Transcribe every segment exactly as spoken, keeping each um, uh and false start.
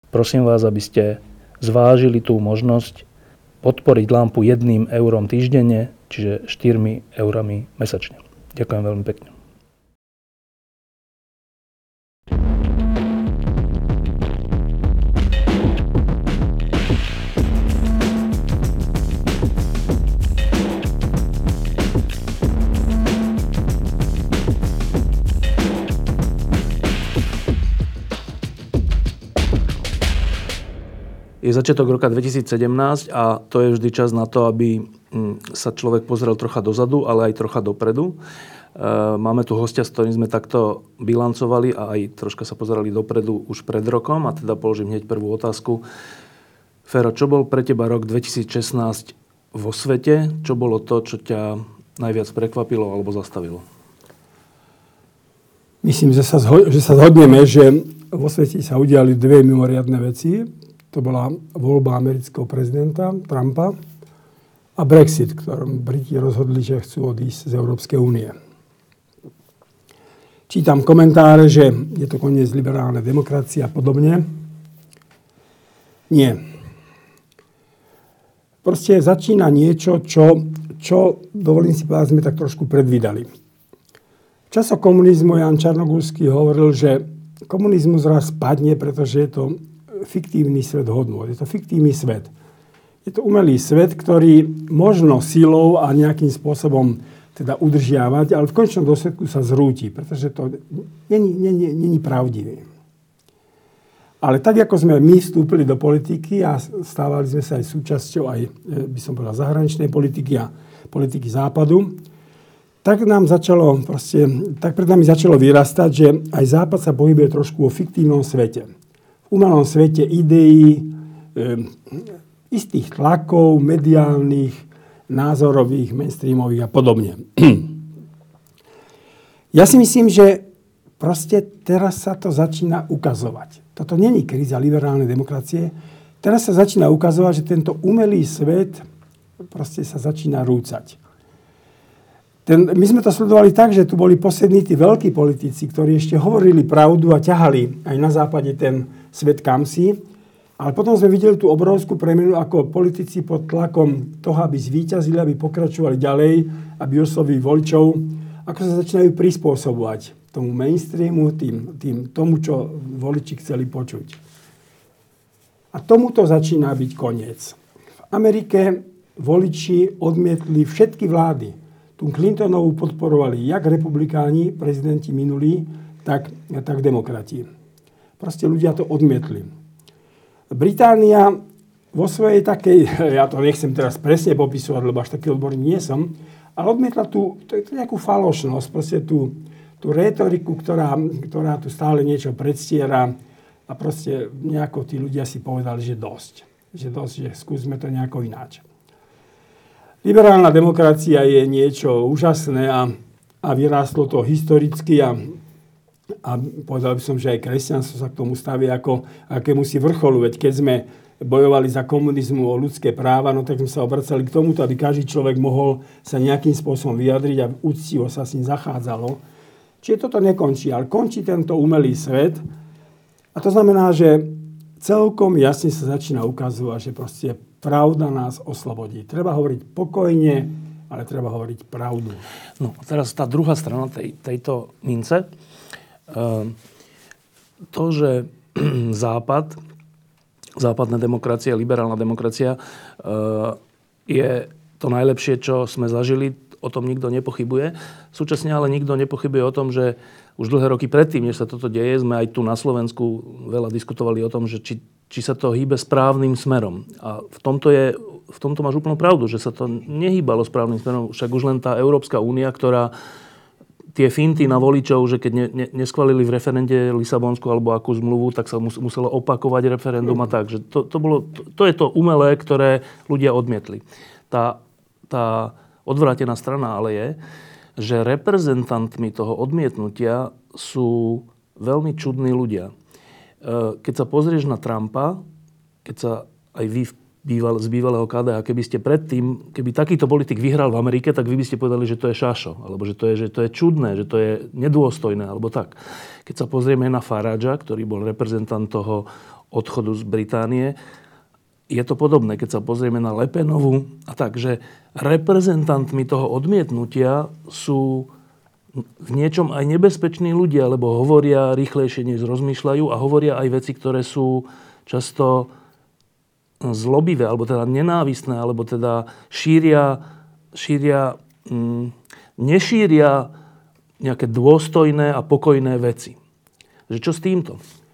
prosím vás, aby ste zvážili tú možnosť podporiť Lampu jedným eurom týždenne, čiže štyrmi eurami mesačne. Ďakujem veľmi pekne. Je začiatok roka dvetisícsedemnásť a to je vždy čas na to, aby sa človek pozrel trocha dozadu, ale aj trocha dopredu. Máme tu hostia, s ktorým sme takto bilancovali a aj troška sa pozerali dopredu už pred rokom a teda položím hneď prvú otázku. Fero, čo bol pre teba rok dvetisícšestnásť vo svete? Čo bolo to, čo ťa najviac prekvapilo alebo zastavilo? Myslím, že sa, zho- že sa zhodneme, že vo svete sa udiali dve mimoriadne veci. To bola voľba amerického prezidenta Trumpa a Brexit, ktorom Briti rozhodli, že chcú odísť z Európskej únie. Čítam komentáre, že je to koniec liberálnej demokracie a podobne. Nie. Proste začína niečo, čo, čo dovolím si povedať, sme tak trošku predvídali. V časoch komunizmu Jan Čarnogórsky hovoril, že komunizmus raz padne, pretože je to fiktívny svet hodnôt. Je to fiktívny svet. Je to umelý svet, ktorý možno silou a nejakým spôsobom teda udržiavať, ale v konečnom dôsledku sa zrúti, pretože to není pravdivé. Ale tak, ako sme my vstúpili do politiky a stávali sme sa aj súčasťou aj, by som povedal, zahraničnej politiky a politiky západu, tak nám začalo proste, tak pred nami začalo vyrastať, že aj západ sa pohybuje trošku vo fiktívnom svete. V umelom svete ideí, e, istých tlakov, mediálnych, názorových, mainstreamových a podobne. Ja si myslím, že proste teraz sa to začína ukazovať. Toto není kríza liberálnej demokracie. Teraz sa začína ukazovať, že tento umelý svet proste sa začína rúcať. Ten, my sme to sledovali tak, že tu boli poslední tí veľkí politici, ktorí ešte hovorili pravdu a ťahali aj na západe ten svet kamsi. Ale potom sme videli tú obrovskú premenu, ako politici pod tlakom toho, aby zvíťazili, aby pokračovali ďalej, aby oslovili voličov, ako sa začínajú prispôsobovať tomu mainstreamu, tým, tým, tomu, čo voliči chceli počuť. A tomuto začína byť koniec. V Amerike voliči odmietli všetky vlády. Tu Clintonovú podporovali jak republikáni, prezidenti minulí, tak, tak demokrati. Proste ľudia to odmietli. Británia vo svojej takej, ja to nechcem teraz presne popisovať, lebo až taký odborník nie som, ale odmietla tú, tú nejakú falošnosť, proste tú, tú rétoriku, ktorá, ktorá tu stále niečo predstiera a proste nejako tí ľudia si povedali, že dosť. Že dosť, že skúsme to nejako ináč. Liberálna demokracia je niečo úžasné a, a vyrástlo to historicky a, a povedal by som, že aj kresťanstvo sa k tomu stavia ako akémusi vrcholu. Veď keď sme bojovali za komunizmu o ľudské práva, no tak sme sa obracali k tomuto, aby každý človek mohol sa nejakým spôsobom vyjadriť a úctivo sa s ním zachádzalo. Čiže toto nekončí, ale končí tento umelý svet. A to znamená, že celkom jasne sa začína ukazovať, že proste pravda nás oslobodí. Treba hovoriť pokojne, ale treba hovoriť pravdu. No a teraz tá druhá strana tej, tejto mince. Ehm, to, že Západ, západná demokracia, liberálna demokracia ehm, je to najlepšie, čo sme zažili, o tom nikto nepochybuje. Súčasne ale nikto nepochybuje o tom, že už dlhé roky predtým, než sa toto deje, sme aj tu na Slovensku veľa diskutovali o tom, že či či sa to hýbe správnym smerom. A v tomto, je, v tomto máš úplnú pravdu, že sa to nehýbalo správnym smerom. Však už len tá Európska únia, ktorá tie finty na voličov, že keď ne, ne, neschválili v referende Lisabonskú alebo akú zmluvu, tak sa mus, muselo opakovať referendum a tak. Že to, to, bolo, to, to je to umelé, ktoré ľudia odmietli. Tá, tá odvrátená strana ale je, že reprezentantmi toho odmietnutia sú veľmi čudní ľudia. Keď sa pozrieš na Trumpa, keď sa aj vy v býval, z bývalého ká dé há. Keby ste predtým, keby takýto politik vyhral v Amerike, tak vy by ste povedali, že to je šašo, alebo že to je, že to je čudné, že to je nedôstojné, alebo tak. Keď sa pozrieme na Faragea, ktorý bol reprezentant toho odchodu z Británie, je to podobné, keď sa pozrieme na Le Penovu a tak, že reprezentantmi toho odmietnutia sú v niečom aj nebezpeční ľudia, lebo hovoria rýchlejšie, než rozmýšľajú a hovoria aj veci, ktoré sú často zlobivé, alebo teda nenávistné, alebo teda šíria, šíria mm, nešíria nejaké dôstojné a pokojné veci. Že čo s týmto?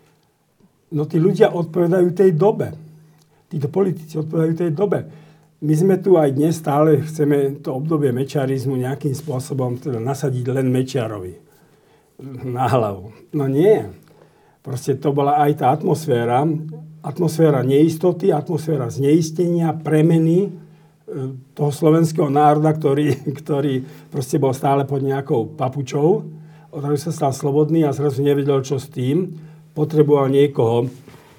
No tí ľudia odpovedajú tej dobe. Títo politici odpovedajú tej dobe. My sme tu aj dnes stále chceme to obdobie mečiarizmu nejakým spôsobom teda nasadiť len Mečiarovi na hlavu. No nie. Proste to bola aj tá atmosféra, atmosféra neistoty, atmosféra zneistenia, premeny toho slovenského národa, ktorý, ktorý proste bol stále pod nejakou papučou. Odrazu sa stal slobodný a zrazu nevedel, čo s tým. Potreboval niekoho.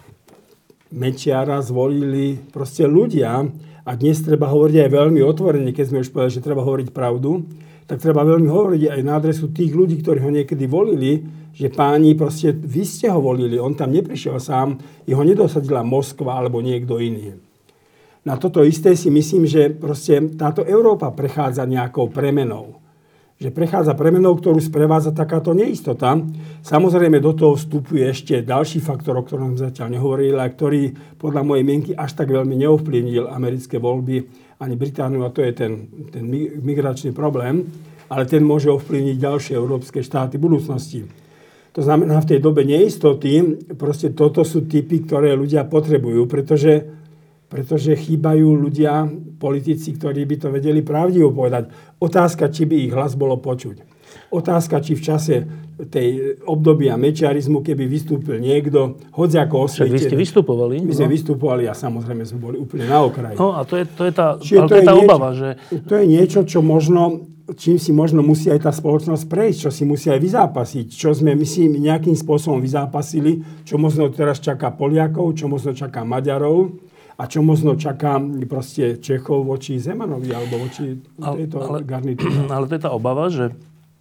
Mečiara zvolili proste ľudia. A dnes treba hovoriť aj veľmi otvorene, keď sme už povedali, že treba hovoriť pravdu, tak treba veľmi hovoriť aj na adresu tých ľudí, ktorí ho niekedy volili, že páni, proste vy ste ho volili, on tam neprišiel sám, jeho nedosadila Moskva alebo niekto iný. Na toto isté si myslím, že proste táto Európa prechádza nejakou premenou. Že prechádza premenou, ktorú sprevádza takáto neistota. Samozrejme do toho vstupuje ešte ďalší faktor, o ktorom sme zatiaľ nehovorili, a ktorý podľa mojej mienky až tak veľmi neovplyvnil americké voľby ani Britániu, a to je ten, ten migračný problém, ale ten môže ovplyvniť ďalšie európske štáty v budúcnosti. To znamená, v tej dobe neistoty, proste toto sú typy, ktoré ľudia potrebujú, pretože, pretože chýbajú ľudia, politici, ktorí by to vedeli pravdivo povedať. Otázka, či by ich hlas bolo počuť. Otázka, či v čase tej obdobia mečiarizmu, keby vystúpil niekto, hoď ako osvietený. Však vy ste vystupovali. My sme no. vystupovali a samozrejme sme boli úplne na okraji. No a to je, to je tá, ale to je tá niečo, obava, že... To je niečo, čo možno, čím si možno musí aj tá spoločnosť prejsť, čo si musí aj vyzápasiť, čo sme my si nejakým spôsobom vyzápasili, čo možno teraz čaká Poliakov, čo možno čaká Maďarov, a čo možno čaká proste Čechov voči Zemanovi alebo voči tejto ale, garnitúre. Ale to je tá obava, že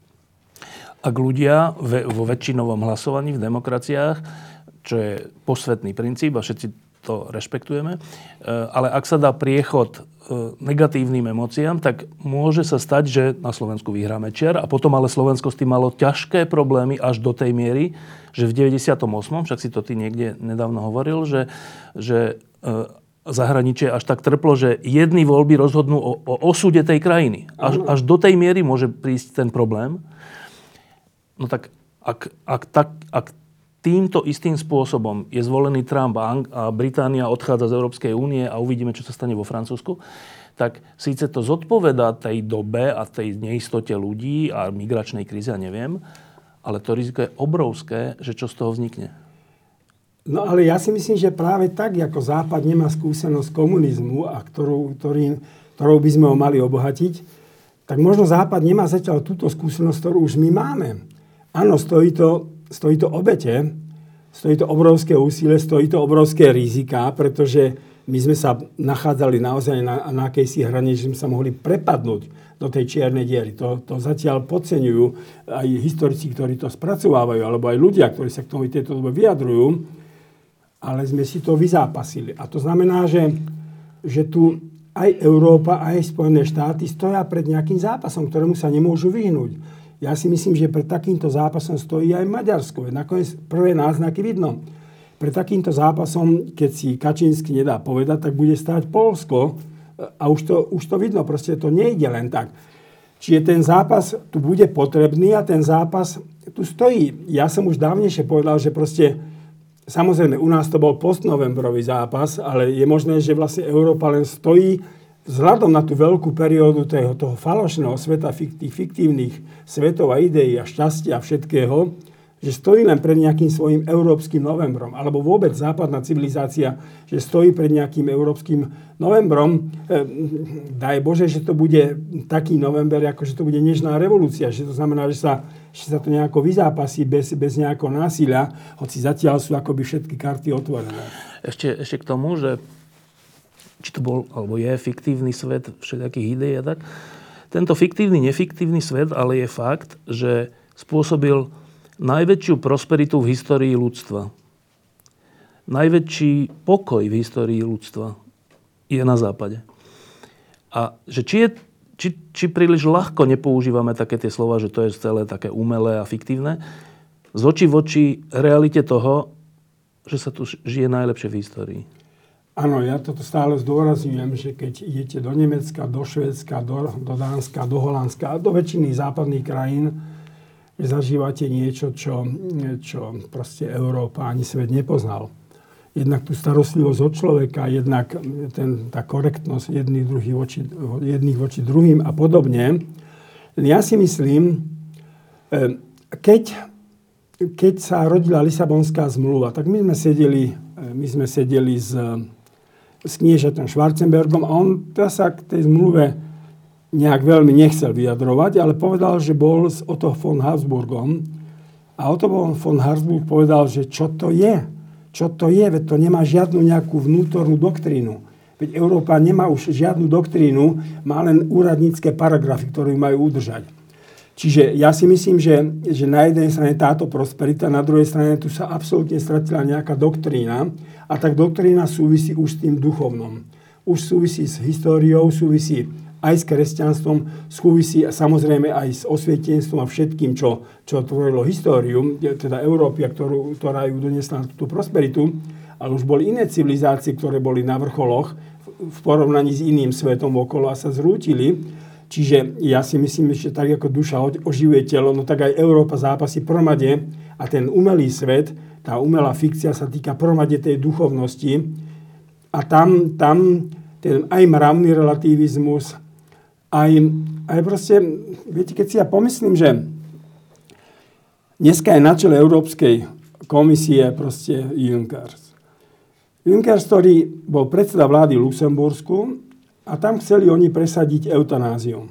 ak ľudia vo väčšinovom hlasovaní v demokraciách, čo je posvetný princíp a všetci to rešpektujeme, ale ak sa dá priechod negatívnym emóciám, tak môže sa stať, že na Slovensku vyhrá Mečiar a potom ale Slovensko s tým malo ťažké problémy až do tej miery, že v deväťdesiatom ôsmom, však si to ty niekde nedávno hovoril, že, že zahraničie až tak trplo, že jedny voľby rozhodnú o, o osude tej krajiny. Až, až do tej miery môže prísť ten problém. No tak ak, ak, tak, ak týmto istým spôsobom je zvolený Trump a, Ang- a Británia odchádza z Európskej únie a uvidíme, čo sa stane vo Francúzsku, tak síce to zodpovedá tej dobe a tej neistote ľudí a migračnej kríze, ja neviem, ale to riziko je obrovské, že čo z toho vznikne. No ale ja si myslím, že práve tak, ako Západ nemá skúsenosť komunizmu, a ktorú, ktorý, ktorou by sme ho mali obohatiť, tak možno Západ nemá zatiaľ túto skúsenosť, ktorú už my máme. Áno, stojí to, stojí to obete, stojí to obrovské úsilie, stojí to obrovské rizika, pretože my sme sa nachádzali naozaj na, na akejsi hrane, že sme sa mohli prepadnúť do tej čiernej diery. To, to zatiaľ podceňujú aj historici, ktorí to spracovávajú, alebo aj ľudia, ktorí sa k tomu tejto dobe vyjadrujú. Ale sme si to vyzápasili. A to znamená, že, že tu aj Európa, aj Spojené štáty stoja pred nejakým zápasom, ktorému sa nemôžu vyhnúť. Ja si myslím, že pred takýmto zápasom stojí aj Maďarsko. Nakoniec prvé náznaky vidno. Pred takýmto zápasom, keď si Kačínsky nedá povedať, tak bude stáť Poľsko. A už to, už to vidno. Proste to nejde len tak. Čiže ten zápas tu bude potrebný a ten zápas tu stojí. Ja som už dávnejšie povedal, že proste samozrejme, u nás to bol postnovembrový zápas, ale je možné, že vlastne Európa len stojí vzhľadom na tú veľkú periódu toho, toho falošného sveta, tých fiktívnych svetov a ideí a šťastia a všetkého, že stojí len pred nejakým svojím európskym novembrom. Alebo vôbec západná civilizácia, že stojí pred nejakým európskym novembrom. E, daj Bože, že to bude taký november, ako že to bude nežná revolúcia. Že to znamená, že sa, že sa to nejako vyzápasí bez, bez nejakého násilia, hoci zatiaľ sú akoby všetky karty otvorené. Ešte, ešte k tomu, že či to bol, alebo je fiktívny svet všetkých ideí a tak. Tento fiktívny, nefiktívny svet ale je fakt, že spôsobil najväčšiu prosperitu v histórii ľudstva. Najväčší pokoj v histórii ľudstva je na západe. A že či, je, či, či príliš ľahko nepoužívame také tie slova, že to je celé také umelé a fiktívne, z očí v oči realite toho, že sa tu žije najlepšie v histórii. Áno, ja toto stále zdôrazňujem, že keď idete do Nemecka, do Švédska, do, do Dánska, do Holandska a do väčšiny západných krajín, že zažívate niečo, čo, čo proste Európa ani svet nepoznal. Jednak tú starostlivosť od človeka, jednak ten, tá korektnosť jedných, druhých voči, jedných voči druhým a podobne. Ja si myslím, keď, keď sa rodila Lisabonská zmluva, tak my sme sedeli, my sme sedeli s, s kniežatom Schwarzenbergom a on sa k tej zmluve nejak veľmi nechcel vyjadrovať, ale povedal, že bol s Otto von Habsburgom a Otto von Habsburg povedal, že čo to je? Čo to je? Veď to nemá žiadnu nejakú vnútornú doktrínu. Veď Európa nemá už žiadnu doktrínu, má len úradnícke paragrafy, ktoré majú udržať. Čiže ja si myslím, že, že na jednej strane táto prosperita, na druhej strane tu sa absolútne stratila nejaká doktrína a tak doktrína súvisí už s tým duchovnom. Už súvisí s históriou, súvisí aj s kresťanstvom, súvisí samozrejme aj s osvietenstvom a všetkým, čo, čo tvorilo históriu, teda Európy, ktorú, ktorá ju doniesla na túto prosperitu, ale už boli iné civilizácie, ktoré boli na vrcholoch v porovnaní s iným svetom okolo a sa zrútili. Čiže ja si myslím, že tak ako duša oživuje telo, no tak aj Európa zápasí promade a ten umelý svet, tá umelá fikcia sa týka promade tej duchovnosti a tam, tam ten aj mravný relativizmus, Aj, aj proste, viete, keď si ja pomyslím, že dneska je na čele Európskej komisie proste Junckers. Junckers, ktorý bol predseda vlády v Luxembursku a tam chceli oni presadiť eutanáziu.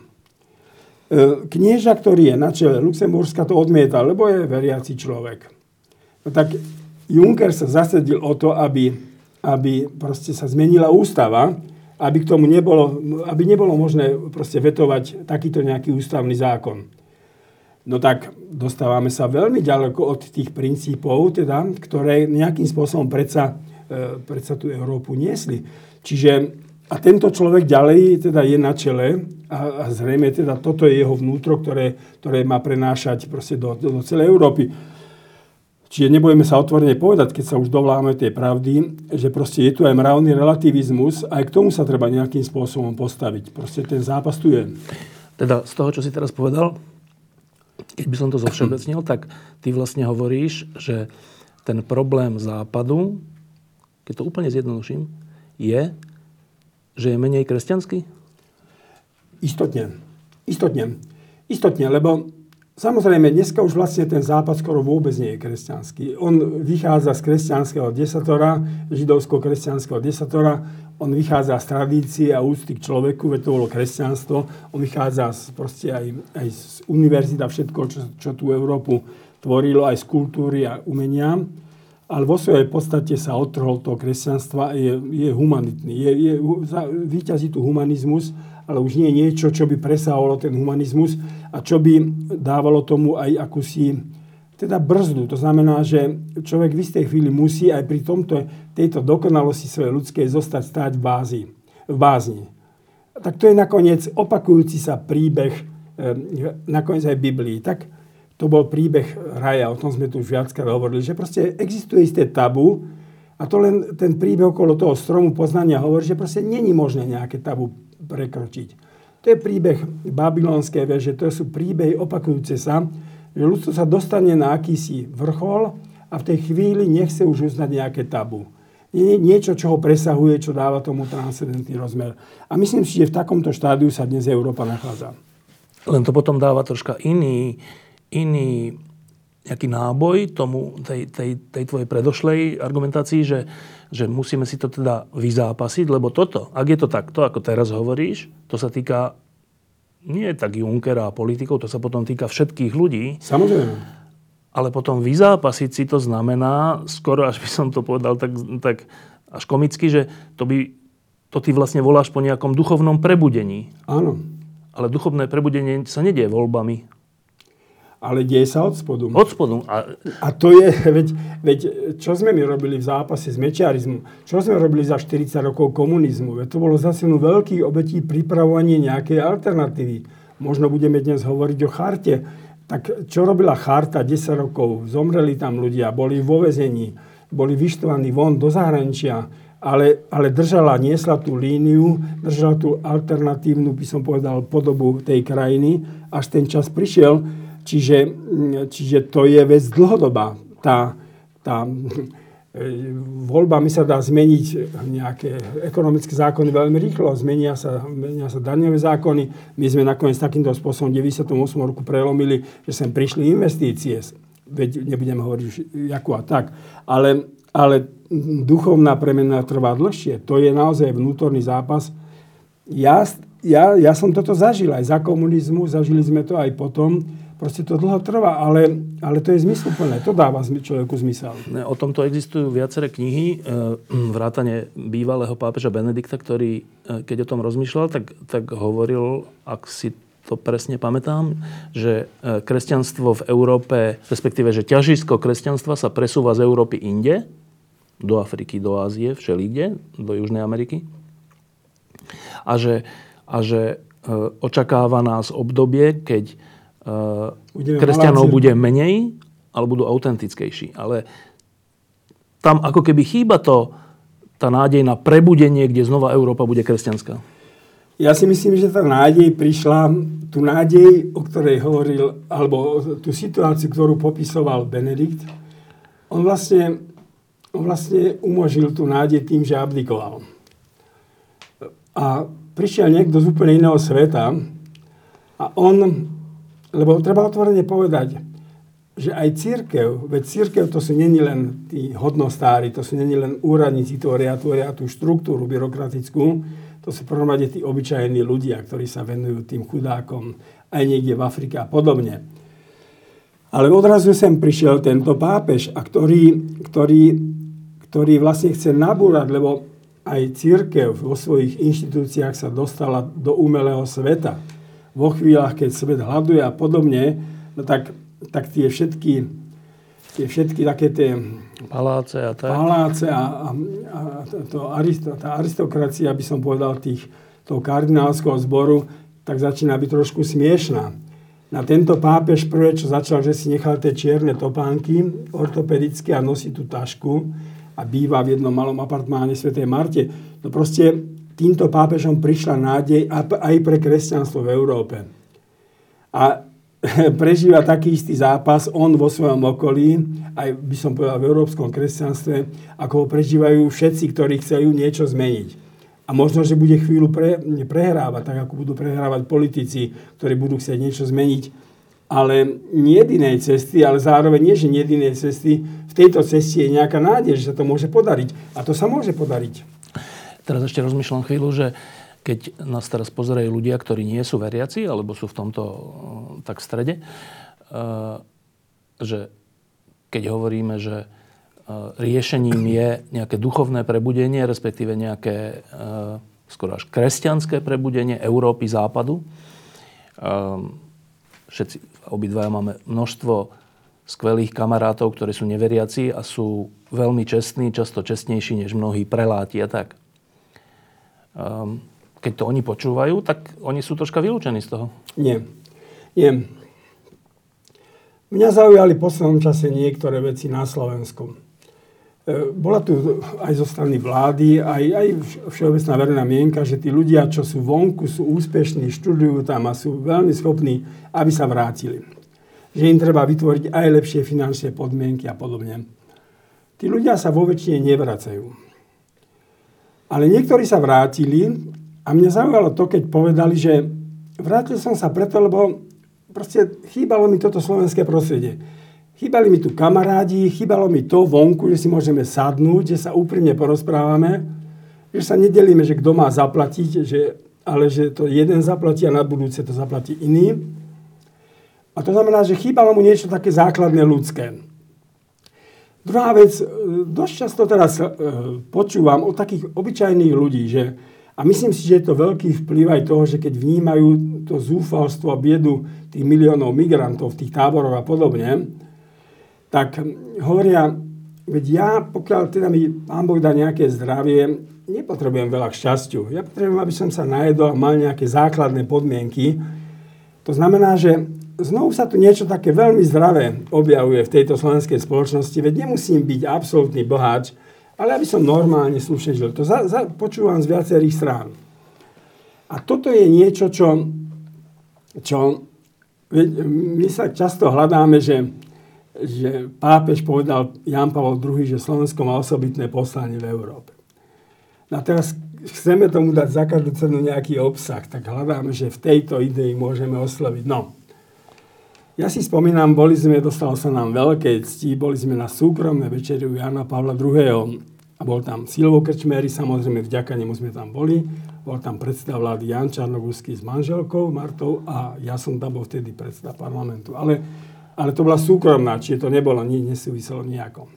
Knieža, ktorý je na čele Luxemburska, to odmietal, lebo je veriaci človek. No tak Juncker sa zasadil o to, aby, aby proste sa zmenila ústava, aby k tomu nebolo, aby nebolo možné proste vetovať takýto nejaký ústavný zákon. No tak dostávame sa veľmi ďaleko od tých princípov, teda, ktoré nejakým spôsobom predsa, e, predsa tú Európu niesli. Čiže a tento človek ďalej teda je na čele a, a zrejme teda toto je jeho vnútro, ktoré, ktoré má prenášať proste do, do celej Európy. Čiže nebudeme sa otvorene povedať, keď sa už dovoláme tej pravdy, že proste je tu aj mravný relativizmus, aj k tomu sa treba nejakým spôsobom postaviť. Proste ten zápas tu je. Teda z toho, čo si teraz povedal, keď by som to zovšeobecnil, tak ty vlastne hovoríš, že ten problém západu, keď to úplne zjednoduším, je, že je menej kresťanský? Istotne. Istotne. Istotne, lebo samozrejme, dneska už vlastne ten západ skoro vôbec nie je kresťanský. On vychádza z kresťanského desatora, židovsko-kresťanského desatora, on vychádza z tradície a úcty k človeku, veď to bolo kresťanstvo, on vychádza z, proste aj, aj z univerzít a všetko, čo, čo tú Európu tvorilo, aj z kultúry a umenia, ale vo svojej podstate sa odtrhol toho kresťanstva, je, je humanitný, je, je, víťazí tu humanizmus, ale už nie je niečo, čo by presahovalo ten humanizmus a čo by dávalo tomu aj akúsi teda brzdu. To znamená, že človek v istej chvíli musí aj pri tomto, tejto dokonalosti svojej ľudskej zostať stáť v bázi, v bázni. Tak to je nakoniec opakujúci sa príbeh, nakoniec aj v Biblii. Tak to bol príbeh raja, o tom sme tu už viackrát hovorili, že proste existuje isté tabu a to len ten príbeh okolo toho stromu poznania hovorí, že proste není možné nejaké tabu prekročiť. To je príbeh babylonskej veže, to sú príbehy opakujúce sa, že ľudstvo sa dostane na akýsi vrchol a v tej chvíli nechce už uznať nejaké tabu. Nie, niečo, čo ho presahuje, čo dáva tomu transcendentný rozmer. A myslím si, že v takomto štádiu sa dnes Európa nachádza. Len to potom dáva troška iný, iný nejaký náboj tomu, tej, tej, tej tvojej predošlej argumentácii, že, že musíme si to teda vyzápasiť, lebo toto, ak je to takto, ako teraz hovoríš, to sa týka nie tak Junckera a politikov, to sa potom týka všetkých ľudí. Samozrejme. Ale potom vyzápasiť si to znamená, skoro až by som to povedal tak, tak až komicky, že to by, to to ty vlastne voláš po nejakom duchovnom prebudení. Áno. Ale duchovné prebudenie sa nedieje voľbami. Ale deje sa od spodu. Od spodu. A, a to je, veď, veď, čo sme my robili v zápase s mečiarizmom? Čo sme robili za štyridsať rokov komunizmu? Veď to bolo zase veľkých obetí pripravovanie nejakej alternatívy. Možno budeme dnes hovoriť o charte. Tak čo robila charta desať rokov? Zomreli tam ľudia, boli vo väzení, boli vyštvaní von do zahraničia, ale, ale držala, niesla tú líniu, držala tú alternatívnu, by som povedal, podobu tej krajiny, až ten čas prišiel. Čiže, čiže to je vec dlhodobá. Tá, tá voľbami sa dá zmeniť nejaké ekonomické zákony veľmi rýchlo, zmenia sa, zmenia sa daňové zákony. My sme nakoniec takýmto spôsobom v deväťdesiatom ôsmom roku prelomili, že sem prišli investície. Veď nebudem hovoriť ako a tak. Ale, ale duchovná premena trvá dlhšie. To je naozaj vnútorný zápas. Ja, ja, ja som toto zažil aj za komunizmu, zažili sme to aj potom. Proste to dlho trvá, ale, ale to je zmysluplné. To dáva človeku zmysel. O tomto existujú viaceré knihy, vrátane bývalého pápeža Benedikta, ktorý, keď o tom rozmýšľal, tak, tak hovoril, ak si to presne pamätám, že kresťanstvo v Európe, respektíve, že ťažisko kresťanstva sa presúva z Európy inde, do Afriky, do Ázie, všelikde, do Južnej Ameriky. A že, a že očakáva nás obdobie, keď kresťanov bude menej, ale budú autentickejší. Ale tam ako keby chýba to, tá nádej na prebudenie, kde znova Európa bude kresťanská. Ja si myslím, že tá nádej prišla, tú nádej, o ktorej hovoril, alebo tú situáciu, ktorú popisoval Benedikt, on vlastne, on vlastne umožnil tú nádej tým, že abdikoval. A prišiel niekto z úplne iného sveta a on... Lebo treba otvorene povedať, že aj cirkev, veď cirkev to sú není len tí hodnostári, to sú není len úradníci, tvoria, tvoria tú štruktúru byrokratickú, to sú prvom rade tí obyčajní ľudia, ktorí sa venujú tým chudákom aj niekde v Afrike a podobne. Ale odrazu sem prišiel tento pápež, a ktorý, ktorý, ktorý vlastne chce nabúrať, lebo aj cirkev vo svojich inštitúciách sa dostala do umelého sveta. Vo chvíľach, keď svet hľaduje a podobne, no tak, tak tie všetky, tie všetky také tie paláce a tak. Paláce a, a, a to aristo, tá aristokracia, by som povedal, tých, toho kardinálskeho zboru, tak začína byť trošku smiešná. Na tento pápež prvé, čo začal, že si nechal tie čierne topánky ortopedické a nosí tú tašku a býva v jednom malom apartmáne svätej Marte. No proste týmto pápežom prišla nádej aj pre kresťanstvo v Európe. A prežíva taký istý zápas on vo svojom okolí, aj by som povedal v európskom kresťanstve, ako ho prežívajú všetci, ktorí chcú niečo zmeniť. A možno, že bude chvíľu pre, prehrávať, tak ako budú prehrávať politici, ktorí budú chcieť niečo zmeniť. Ale nie jedinej cesty, ale zároveň nie, že nie jedinej cesty. V tejto ceste je nejaká nádej, že sa to môže podariť. A to sa môže podariť. Teraz ešte rozmýšľam chvíľu, že keď nás teraz pozerajú ľudia, ktorí nie sú veriaci, alebo sú v tomto tak v strede, že keď hovoríme, že riešením je nejaké duchovné prebudenie, respektíve nejaké skoro až kresťanské prebudenie Európy západu. Všetci, obidvaja máme množstvo skvelých kamarátov, ktorí sú neveriaci a sú veľmi čestní, často čestnejší než mnohí preláti a tak. Keď to oni počúvajú, tak oni sú troška vylúčení z toho. Nie. Nie. Mňa zaujali v poslednom čase niektoré veci na Slovensku. Bola tu aj zo strany vlády, aj, aj všeobecná verejná mienka, že tí ľudia, čo sú vonku, sú úspešní, študujú tam a sú veľmi schopní, aby sa vrátili. Že im treba vytvoriť aj lepšie finančné podmienky a podobne. Tí ľudia sa vo väčšine nevracajú. Ale niektorí sa vrátili a mňa zaujalo to, keď povedali, že vrátil som sa preto, lebo proste chýbalo mi toto slovenské prostredie. Chýbali mi tu kamarádi, chýbalo mi to vonku, že si môžeme sadnúť, že sa úprimne porozprávame, že sa nedelíme, že kto má zaplatiť, že, ale že to jeden zaplatí a na budúce to zaplatí iný. A to znamená, že chýbalo mu niečo také základné ľudské. Druhá vec, dosť často teraz počúvam od takých obyčajných ľudí, že A myslím si, že je to veľký vplyv aj toho, že keď vnímajú to zúfalstvo a biedu tých miliónov migrantov v tých táboroch a podobne, tak hovoria, veď ja, pokiaľ teda mi Pán Boh dá nejaké zdravie, nepotrebujem veľa k šťastiu. Ja potrebujem, aby som sa najedol a mal nejaké základné podmienky. To znamená, že znovu sa tu niečo také veľmi zdravé objavuje v tejto slovenskej spoločnosti, veď nemusím byť absolútny boháč, ale aby som normálne slušne žil. To za, za, počúvam z viacerých strán. A toto je niečo, čo, čo my sa často hľadáme, že, že pápež povedal Ján Pavol druhý, že Slovensko má osobitné poslanie v Európe. No a teraz chceme tomu dať za každú cenu nejaký obsah, tak hľadáme, že v tejto idei môžeme osloviť. No, ja si spomínam, boli sme, dostalo sa nám veľké cti, boli sme na súkromné večeri u Jána Pavla druhého. A bol tam Silvo Krčméry, samozrejme vďaka nemu sme tam boli. Bol tam predseda vlády Jan Čarnogórsky s manželkou Martou a ja som tam bol vtedy predseda parlamentu. Ale, ale to bola súkromná, čiže to nebolo, nič nesúviselo nejako.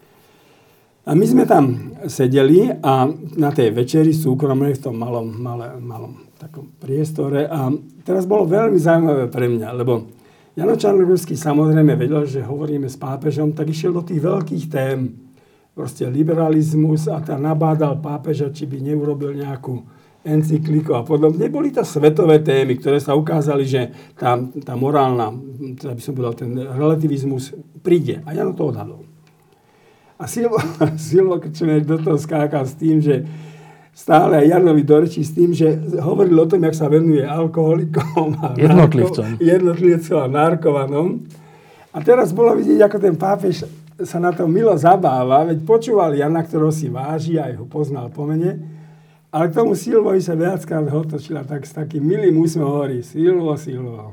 A my sme tam sedeli a na tej večeri súkromnej v tom malom, malé, malom takom priestore a teraz bolo veľmi zaujímavé pre mňa, lebo Jano Čarnogórsky samozrejme vedel, že hovoríme s pápežom, tak išiel do tých veľkých tém. Proste liberalizmus a tá nabádal pápeža, či by neurobil nejakú encykliku a podobne. Boli to svetové témy, ktoré sa ukázali, že tá, tá morálna, teda by som povedal, ten relativizmus príde. A Jano to odhadol. A Silvo, Silvo Krčméry do toho skákal s tým, že stále aj Janovi do rečí s tým, že hovoril o tom, jak sa venuje alkoholikom a jednotlivcom. jednotlivcom a narkovanom. A teraz bolo vidieť, ako ten pápež sa na to milo zabáva, veď počúval Jana, ktorého si váži, aj ho poznal po mene, ale k tomu Silvovi sa viackrát otočila tak s takým milým úsmevom hovorí Silvo, Silvo.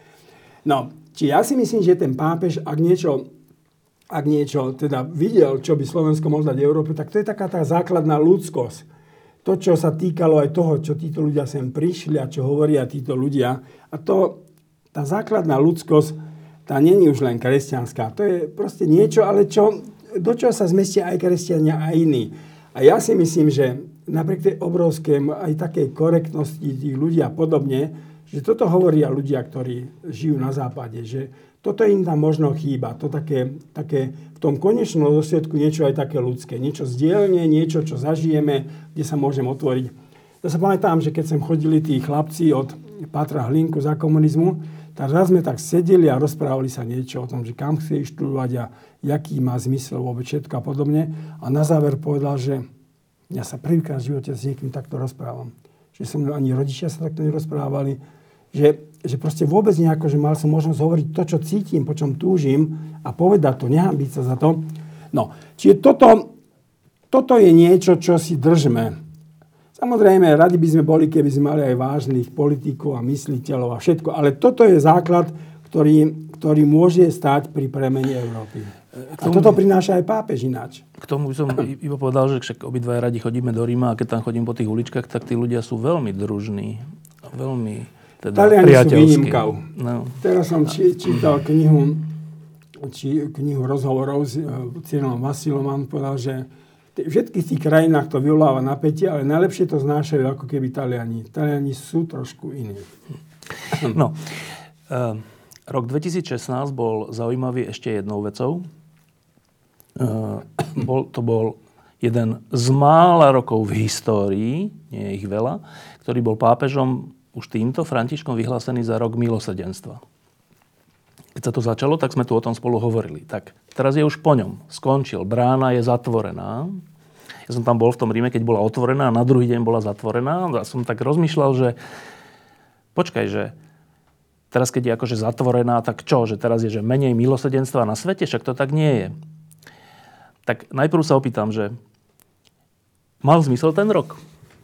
No, či ja si myslím, že ten pápež, ak niečo, ak niečo teda videl, čo by Slovensko mohlo dať Európe, tak to je taká tá základná ľudskosť. To, čo sa týkalo aj toho, čo títo ľudia sem prišli a čo hovoria títo ľudia. A to, tá základná ľudskosť, tá není už len kresťanská. To je proste niečo, ale čo, do čoho sa zmestia aj kresťania a iní. A ja si myslím, že napriek tej obrovskej aj takej korektnosti tých ľudí a podobne, že toto hovoria ľudia, ktorí žijú na západe, že toto im tam možno chýba. To také, také v tom konečnom dôsledku niečo aj také ľudské. Niečo zdieľne, niečo, čo zažijeme, kde sa môžem otvoriť. Ja sa pamätám, že keď sem chodili tí chlapci od Pátra Hlinku za komunizmu, tak raz sme tak sedeli a rozprávali sa niečo o tom, že kam chce študovať a jaký má zmysel vôbec všetko a podobne. A na záver povedal, že ja sa prvýkrát v živote s niekým takto rozprávam. Že som ani rodičia sa takto nerozprávali. Že, že proste vôbec nejako, že mal som možnosť hovoriť to, čo cítim, po čom túžim a povedať to, nehanbiť sa za to. No, čiže toto, toto je niečo, čo si držme. Samozrejme, radi by sme boli, keby sme mali aj vážnych politikov a mysliteľov a všetko, ale toto je základ, ktorý, ktorý môže stáť pri premene Európy. A tomu, toto prináša aj pápež ináč. K tomu by som iba povedal, že však obidvaja radi chodíme do Ríma a keď tam chodím po tých uličkách, tak tí ľudia sú veľmi družní. Veľmi teda Taliani sú výnimkou. No. Teraz som či, čítal knihu, či, knihu rozhovorov s Cyrilom Vasilom a on povedal, že v všetkých tých krajinách to vyvoláva napätie, ale najlepšie to znášajú ako keby Taliani. Taliani sú trošku iní. No, uh, rok dvetisícšestnásť bol zaujímavý ešte jednou vecou. Uh, bol, to bol jeden z mála rokov v histórii, nie je ich veľa, ktorý bol pápežom už týmto Františkom vyhlásený za rok milosrdenstva. Keď sa to začalo, tak sme tu o tom spolu hovorili. Tak teraz je už po ňom. Skončil. Brána je zatvorená. Ja som tam bol v tom Ríme, keď bola otvorená a na druhý deň bola zatvorená. A som tak rozmýšľal, že počkaj, že teraz keď je akože zatvorená, tak čo? Že teraz je že menej milosrdenstva na svete? Však to tak nie je. Tak najprv sa opýtam, že mal zmysel ten rok?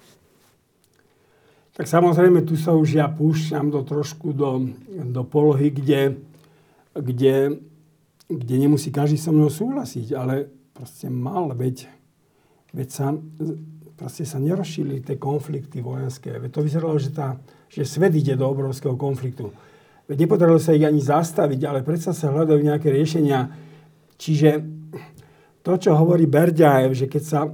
Tak samozrejme, tu sa už ja púšťam do trošku do, do polohy, kde, kde, kde nemusí každý so mnou súhlasiť, ale proste mal, veď, veď sa, proste sa nerozšírili tie konflikty vojenské. Veď to vyzeralo, že, tá, že svet ide do obrovského konfliktu. Veď nepotrebovalo sa ich ani zastaviť, ale predsa sa hľadajú nejaké riešenia. Čiže to, čo hovorí Berďajev, že keď sa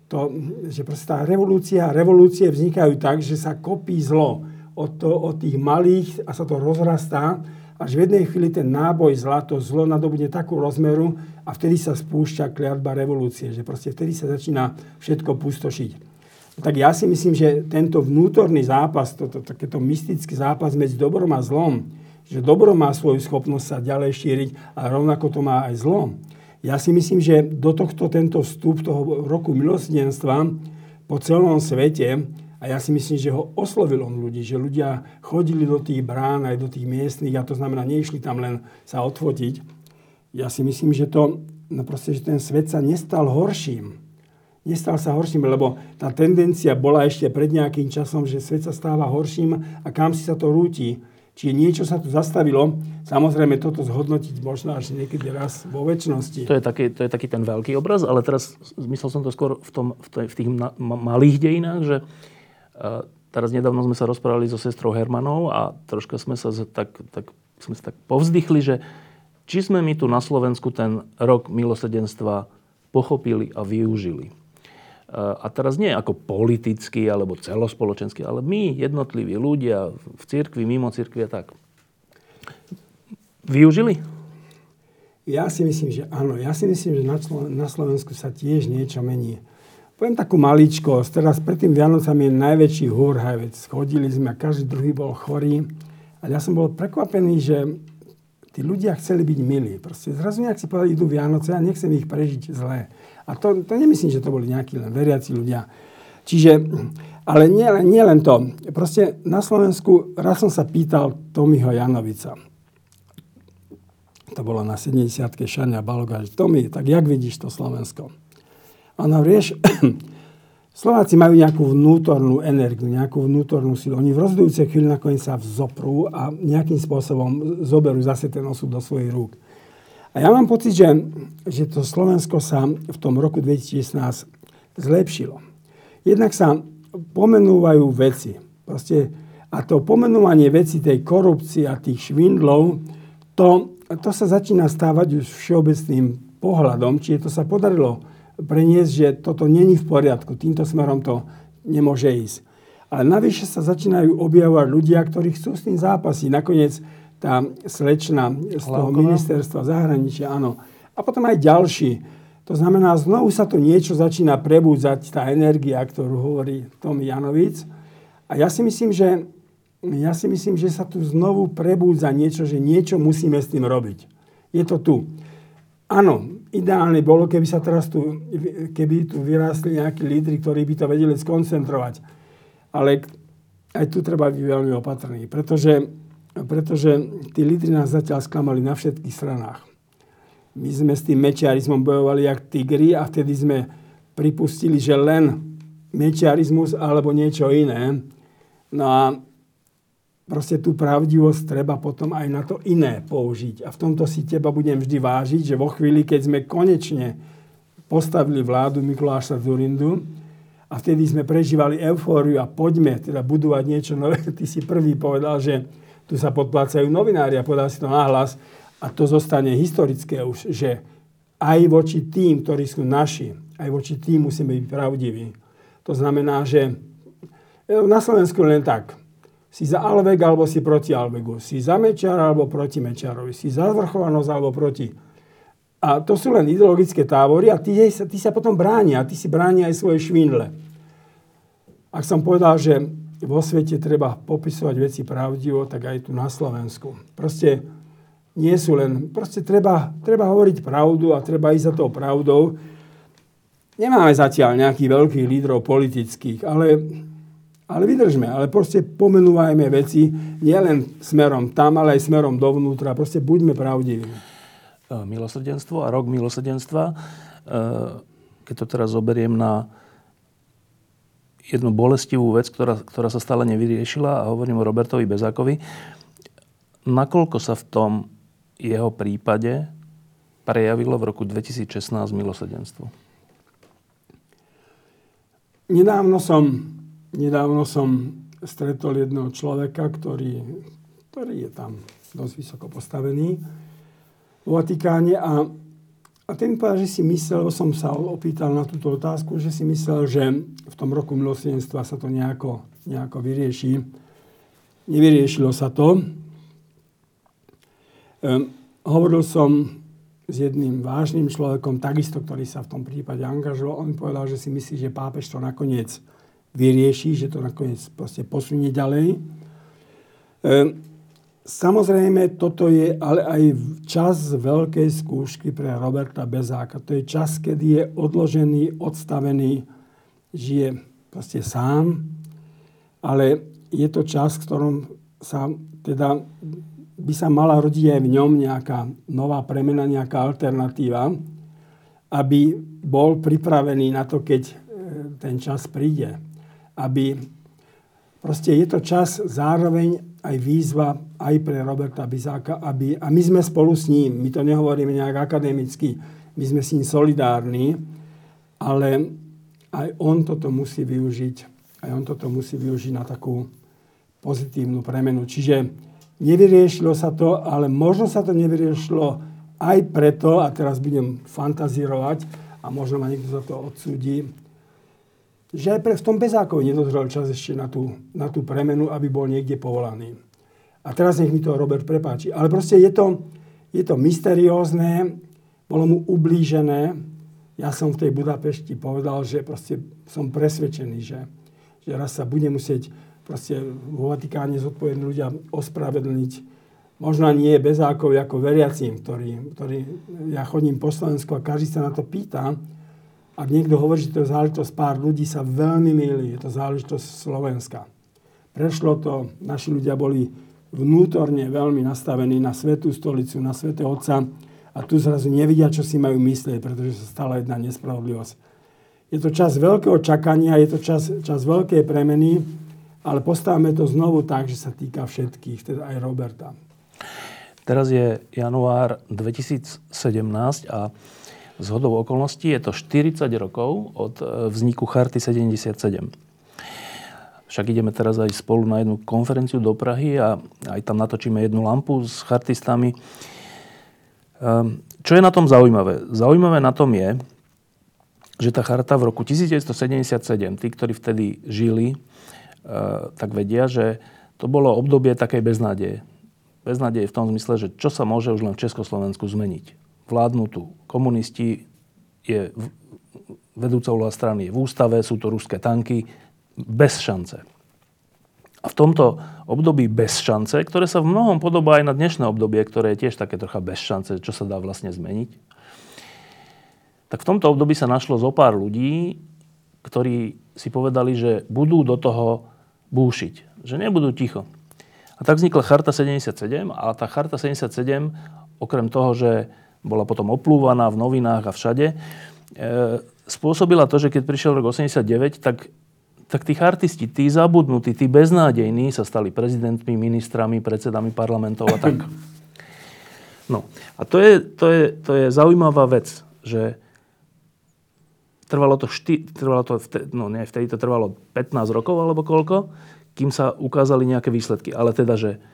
to, že proste tá revolúcia, revolúcie vznikajú tak, že sa kopí zlo od, to, od tých malých a sa to rozrastá, až v jednej chvíli ten náboj zla, to zlo nadobudne takú rozmeru a vtedy sa spúšťa kliatba revolúcie, že proste vtedy sa začína všetko pustošiť. Tak ja si myslím, že tento vnútorný zápas, to, to, takéto mystický zápas medzi dobrom a zlom, že dobro má svoju schopnosť sa ďalej šíriť a rovnako to má aj zlo. Ja si myslím, že do tohto tento vstup toho roku milosrdenstva po celom svete, a ja si myslím, že ho oslovil on ľudí, že ľudia chodili do tých brán aj do tých miestnych, a to znamená, neišli tam len sa odfotiť. Ja si myslím, že to, no proste, že ten svet sa nestal horším. Nestal sa horším, lebo tá tendencia bola ešte pred nejakým časom, že svet sa stáva horším a kam si sa to rúti. Čiže niečo sa tu zastavilo. Samozrejme, toto zhodnotiť možno až niekedy raz vo večnosti. To je taký, to je taký ten veľký obraz, ale teraz myslel som to skôr v, tom, v, tej, v tých na, ma, malých dejinách, že uh, teraz nedávno sme sa rozprávali so sestrou Hermanou a troška sme sa tak, tak, sme sa tak povzdychli, že či sme my tu na Slovensku ten rok milosrdenstva pochopili a využili. A teraz nie ako politicky alebo celospoločensky, ale my, jednotliví ľudia v cirkvi, mimo cirkvi a tak. Využili? Ja si myslím, že áno. Ja si myslím, že na, Slo- na Slovensku sa tiež niečo mení. Poviem takú maličkosť. Teraz pred tým Vianocami je najväčší húrhaj. Chodili sme a každý druhý bol chorý. A ja som bol prekvapený, že tí ľudia chceli byť milí. Proste zrazu nejak si povedali, idú Vianoce a nechcem ich prežiť zlé. A to, to nemyslím, že to boli nejakí len veriaci ľudia. Čiže, ale nie, nie len to. Proste na Slovensku, raz som sa pýtal Tomiho Janovica. To bolo na sedemdesiatke Šania Baloga, že Tomi, tak jak vidíš to Slovensko? A no, vieš, Slováci majú nejakú vnútornú energiu, nejakú vnútornú silu. Oni v rozdujúcej chvíli nakoniec sa vzoprú a nejakým spôsobom zoberú zase ten osud do svojich rúk. A ja mám pocit, že, že to Slovensko sa v tom roku dvetisícšestnásť zlepšilo. Jednak sa pomenúvajú veci. Proste, a to pomenúvanie veci tej korupcie a tých švindlov, to, to sa začína stávať už všeobecným pohľadom, čiže to sa podarilo preniesť, že toto není v poriadku. Týmto smerom to nemôže ísť. Ale navyše sa začínajú objavovať ľudia, ktorí chcú s tým zápasiť. Nakoniec tá slečna z toho ministerstva zahraničia, áno. A potom aj ďalší. To znamená, znovu sa tu niečo začína prebúdzať, tá energia, ktorú hovorí Tomi Janovic. A ja si myslím, že, ja si myslím, že sa tu znovu prebúdza niečo, že niečo musíme s tým robiť. Je to tu. Áno, ideálne bolo, keby sa teraz tu, keby tu vyrástli nejakí lídri, ktorí by to vedeli skoncentrovať. Ale aj tu treba byť veľmi opatrný, pretože pretože tí lídri nás zatiaľ sklamali na všetkých stranách. My sme s tým mečiarizmom bojovali jak tigri a vtedy sme pripustili, že len mečiarizmus alebo niečo iné. No a proste tú pravdivosť treba potom aj na to iné použiť. A v tomto si teba budem vždy vážiť, že vo chvíli, keď sme konečne postavili vládu Mikuláša Dzurindu a vtedy sme prežívali eufóriu a poďme teda budovať niečo nové, ty si prvý povedal, že tu sa podplácajú novinári a povedal si to nahlas a to zostane historické už, že aj voči tým, ktorí sú naši, aj voči tým musíme byť pravdiví. To znamená, že na Slovensku len tak. Si za Alvek alebo si proti Alvegu. Si za Mečiara alebo proti Mečiarovi. Si za zvrchovanosť alebo proti. A to sú len ideologické tábory a ty, ty sa potom bráni a ty si bráni aj svoje švindle. Ak som povedal, že vo svete treba popisovať veci pravdivo, tak aj tu na Slovensku. Proste nie sú len... Proste treba, treba hovoriť pravdu a treba ísť za tou pravdou. Nemáme zatiaľ nejakých veľkých lídrov politických, ale, ale vydržme. Ale proste pomenúvajme veci nielen smerom tam, ale aj smerom dovnútra. Proste buďme pravdiví. Milosrdenstvo a rok milosrdenstva. Keď to teraz zoberiem na jednu bolestivú vec, ktorá, ktorá sa stále nevyriešila a hovorím o Robertovi Bezákovi. Nakoľko sa v tom jeho prípade prejavilo v roku dvetisícšestnásť milosrdenstvo? Nedávno som, nedávno som stretol jedného človeka, ktorý, ktorý je tam dosť vysoko postavený v Vatikáne a, A ten mi povedal, že si myslel, lebo som sa opýtal na túto otázku, že si myslel, že v tom roku milosrdenstva sa to nejako, nejako vyrieši. Nevyriešilo sa to. Ehm, hovoril som s jedným vážnym človekom, takisto, ktorý sa v tom prípade angažoval. On mi povedal, že si myslí, že pápež to nakoniec vyrieši, že to nakoniec proste posunie ďalej. Ehm, Samozrejme, toto je ale aj čas veľkej skúšky pre Roberta Bezáka. To je čas, kedy je odložený, odstavený, žije proste sám, ale je to čas, v ktorom sa teda by sa mala rodiť aj v ňom nejaká nová premena, nejaká alternatíva, aby bol pripravený na to, keď ten čas príde. Aby proste je to čas zároveň aj výzva aj pre Roberta Bezáka, aby, a my sme spolu s ním, my to nehovoríme nejak akademicky, my sme s ním solidárni, ale aj on toto musí využiť, aj on toto musí využiť na takú pozitívnu premenu. Čiže nevyriešilo sa to, ale možno sa to nevyriešilo aj preto, a teraz budem fantazírovať, a možno ma niekto za to odsúdi, že aj pre, v tom Bezákovi nedozrel čas ešte na tú, na tú premenu, aby bol niekde povolaný. A teraz nech mi to Robert prepáči. Ale proste je to, je to mysteriózne, bolo mu ublížené. Ja som v tej Budapešti povedal, že proste som presvedčený, že, že raz sa bude musieť proste vo Vatikáne zodpovední ľudia ospravedlniť. Možno nie Bezákovi ako veriacím, ktorý, ktorý ja chodím po Slovensku a každý sa na to pýta. Ak niekto hovorí, že to je záležitosť pár ľudí, sa veľmi mýli. Je to záležitosť Slovenska. Prešlo to, naši ľudia boli vnútorne veľmi nastavení na Svätú stolicu, na Svätého Otca a tu zrazu nevidia, čo si majú myslieť, pretože sa stala jedna nespravodlivosť. Je to čas veľkého čakania, je to čas, čas veľkej premeny, ale postavme to znovu tak, že sa týka všetkých, teda aj Roberta. Teraz je január dvetisícsedemnásť a zhodou okolností je to štyridsať rokov od vzniku Charty sedemdesiatsedem. Však ideme teraz aj spolu na jednu konferenciu do Prahy a aj tam natočíme jednu lampu s chartistami. Čo je na tom zaujímavé? Zaujímavé na tom je, že tá charta v roku devätnásťsedemdesiatsedem, tí, ktorí vtedy žili, tak vedia, že to bolo obdobie takej beznádeje. Beznádeje v tom zmysle, že čo sa môže už len v Československu zmeniť. Vládnu tu komunisti, je vedúca úloha strany je v ústave, sú to ruské tanky, bez šance. A v tomto období bez šance, ktoré sa v mnohom podobá aj na dnešné obdobie, ktoré je tiež také trocha bez šance, čo sa dá vlastne zmeniť, tak v tomto období sa našlo zo pár ľudí, ktorí si povedali, že budú do toho búšiť, že nebudú ticho. A tak vznikla Charta sedemdesiatsedem a tá Charta sedemdesiatsedem, okrem toho, že bola potom oplúvaná v novinách a všade, e, spôsobila to, že keď prišiel rok osemdesiatdeväť, tak, tak tí chartisti, tí zabudnutí, tí beznádejní sa stali prezidentmi, ministrami, predsedami parlamentov a tak. No a to je, to je, to je zaujímavá vec, že trvalo to, šty, trvalo to vtedy, no nie, vtedy to trvalo pätnásť rokov alebo koľko, kým sa ukázali nejaké výsledky. Ale teda, že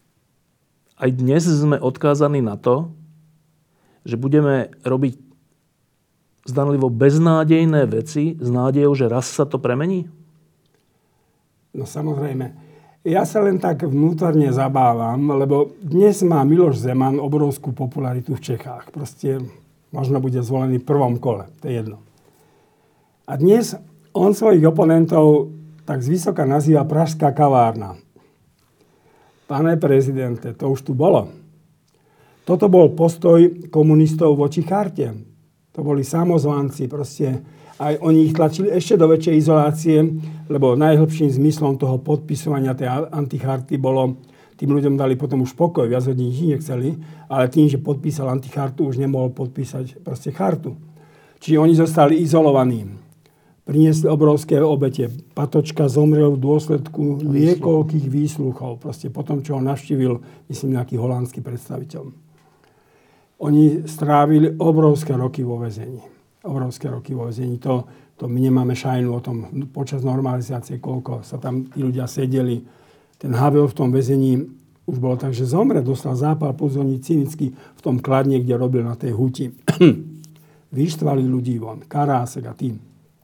aj dnes sme odkázaní na to, že budeme robiť zdanlivo beznádejné veci s nádejou, že raz sa to premení? No samozrejme. Ja sa len tak vnútorne zabávam, lebo dnes má Miloš Zeman obrovskú popularitu v Čechách. Proste možno bude zvolený v prvom kole. To je jedno. A dnes on svojich oponentov tak zvysoka nazýva Pražská kavárna. Pane prezidente, to už tu bolo. Toto bol postoj komunistov voči charte. To boli samozvanci, proste aj oni ich tlačili ešte do väčšej izolácie, lebo najhlbším zmyslom toho podpisovania tej anticharty bolo, tým ľuďom dali potom už pokoj, viac od nich nechceli, ale tým, že podpísal antichartu, už nemohol podpísať proste chartu. Čiže oni zostali izolovaní. Priniesli obrovské obete. Patočka zomrel v dôsledku niekoľkých výsluchov. Proste potom, čo ho navštívil, myslím, nejaký holandský predstaviteľ. Oni strávili obrovské roky vo väzení. Obrovské roky vo väzení. To, to my nemáme šajnu o tom počas normalizácie, koľko sa tam tí ľudia sedeli. Ten Havel v tom väzení už bolo tak, že zomre, dostal zápal plúcovní cynicky v tom Kladne, kde robil na tej huti. vyštvali ľudí von. Karásek a tým.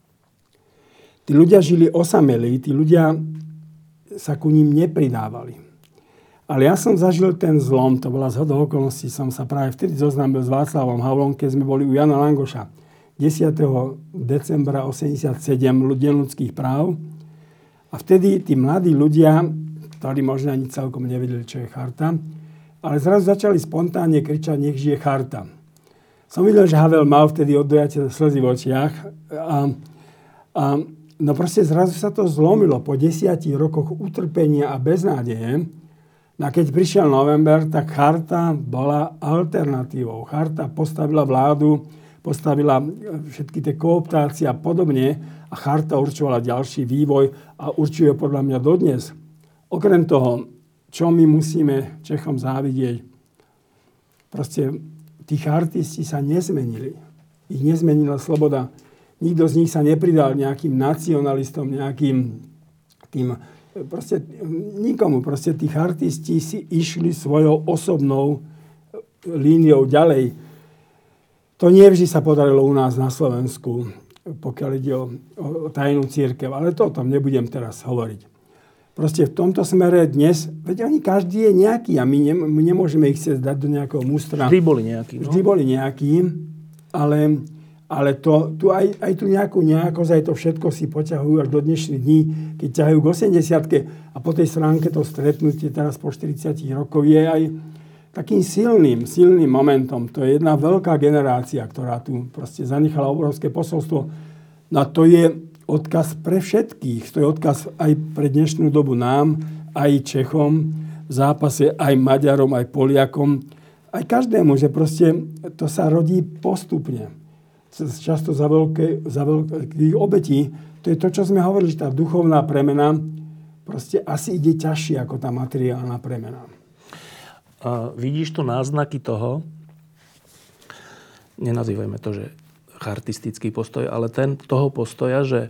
Tí ľudia žili osamelí, tí ľudia sa ku ním nepridávali. Ale ja som zažil ten zlom, to bola zhoda okolností, som sa práve vtedy zoznámil s Václavom Havlom, keď sme boli u Jana Langoša. desiateho decembra osemdesiatsedem Deň ľudských práv. A vtedy tí mladí ľudia, ktorí možno ani celkom nevedeli, čo je charta, ale zrazu začali spontánne kričať, nech žije charta. Som videl, že Havel mal vtedy oddojaté slzy v očiach. A, a, no proste zrazu sa to zlomilo po desiatich rokoch utrpenia a beznádeje. No a keď prišiel november, tak charta bola alternatívou. Charta postavila vládu, postavila všetky tie kooptácie a podobne a charta určovala ďalší vývoj a určuje podľa mňa dodnes. Okrem toho, čo my musíme Čechom závidieť, proste tí chartisti sa nezmenili. Ich nezmenila sloboda. Nikto z nich sa nepridal nejakým nacionalistom, nejakým tým, proste nikomu. Proste tí chartisti si išli svojou osobnou líniou ďalej. To nie vždy sa podarilo u nás na Slovensku, pokiaľ ide o, o tajnú cirkev, ale to o tom nebudem teraz hovoriť. Proste v tomto smere dnes, veď oni každý je nejaký a my, ne, my nemôžeme ich chcieť dať do nejakého mustra. Vždy boli nejakí. No? Vždy boli nejakí, ale, ale to, tu aj, aj tu nejakú nejakosť, aj to všetko si poťahujú až do dnešných dní, keď ťahajú k osemdesiatke a po tej stránke to stretnutie teraz po štyridsiatich rokoch je aj takým silným, silným momentom. To je jedna veľká generácia, ktorá tu proste zanechala obrovské posolstvo. No a to je odkaz pre všetkých. To je odkaz aj pre dnešnú dobu nám, aj Čechom, v zápase aj Maďarom, aj Poliakom, aj každému, že proste to sa rodí postupne. Často za veľké, za veľkých obetí. To je to, čo sme hovorili, že tá duchovná premena proste asi ide ťažšie ako tá materiálna premena. A vidíš tu náznaky toho, nenazývajme to, že chartistický postoj, ale ten toho postoja, že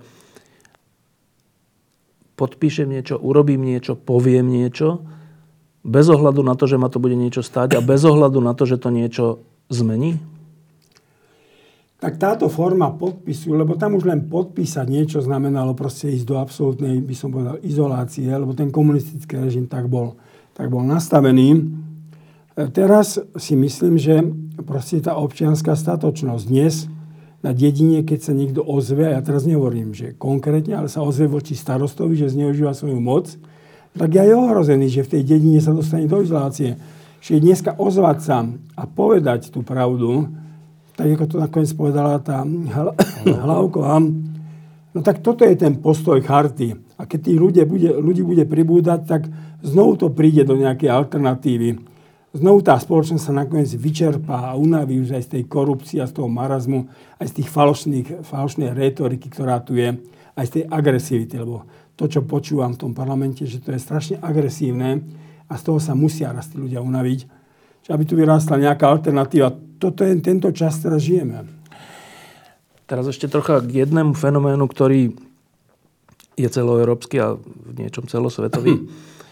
podpíšem niečo, urobím niečo, poviem niečo, bez ohľadu na to, že ma to bude niečo stáť a bez ohľadu na to, že to niečo zmení? Tak táto forma podpisu, lebo tam už len podpísať niečo znamenalo proste ísť do absolútnej, by som povedal, izolácie, lebo ten komunistický režim tak bol, tak bol nastavený. Teraz si myslím, že proste tá občianská statočnosť dnes na dedine, keď sa niekto ozve, ja teraz nehovorím, že konkrétne, ale sa ozve voči starostovi, že zneužíva svoju moc, tak ja je ohrozený, že v tej dedine sa dostane do izolácie. Čiže dneska ozvať sa a povedať tú pravdu, tak ako to nakoniec povedala tá Hlavková, no tak toto je ten postoj charty. A keď tých ľudí bude, ľudí bude pribúdať, tak znovu to príde do nejakej alternatívy. Znovu tá spoločnosť sa nakoniec vyčerpá a unaví už aj z tej korupcie a z toho marazmu, aj z tých falošných, falošnej rétoriky, ktorá tu je, aj z tej agresivity. Lebo to, čo počúvam v tom parlamente, že to je strašne agresívne a z toho sa musia raz tí ľudia unaviť. Čiže aby tu vyrástla nejaká alternatíva. Toto je tento čas, teraz žijeme. Teraz ešte trocha k jednému fenoménu, ktorý je celoeurópsky a v niečom celosvetový.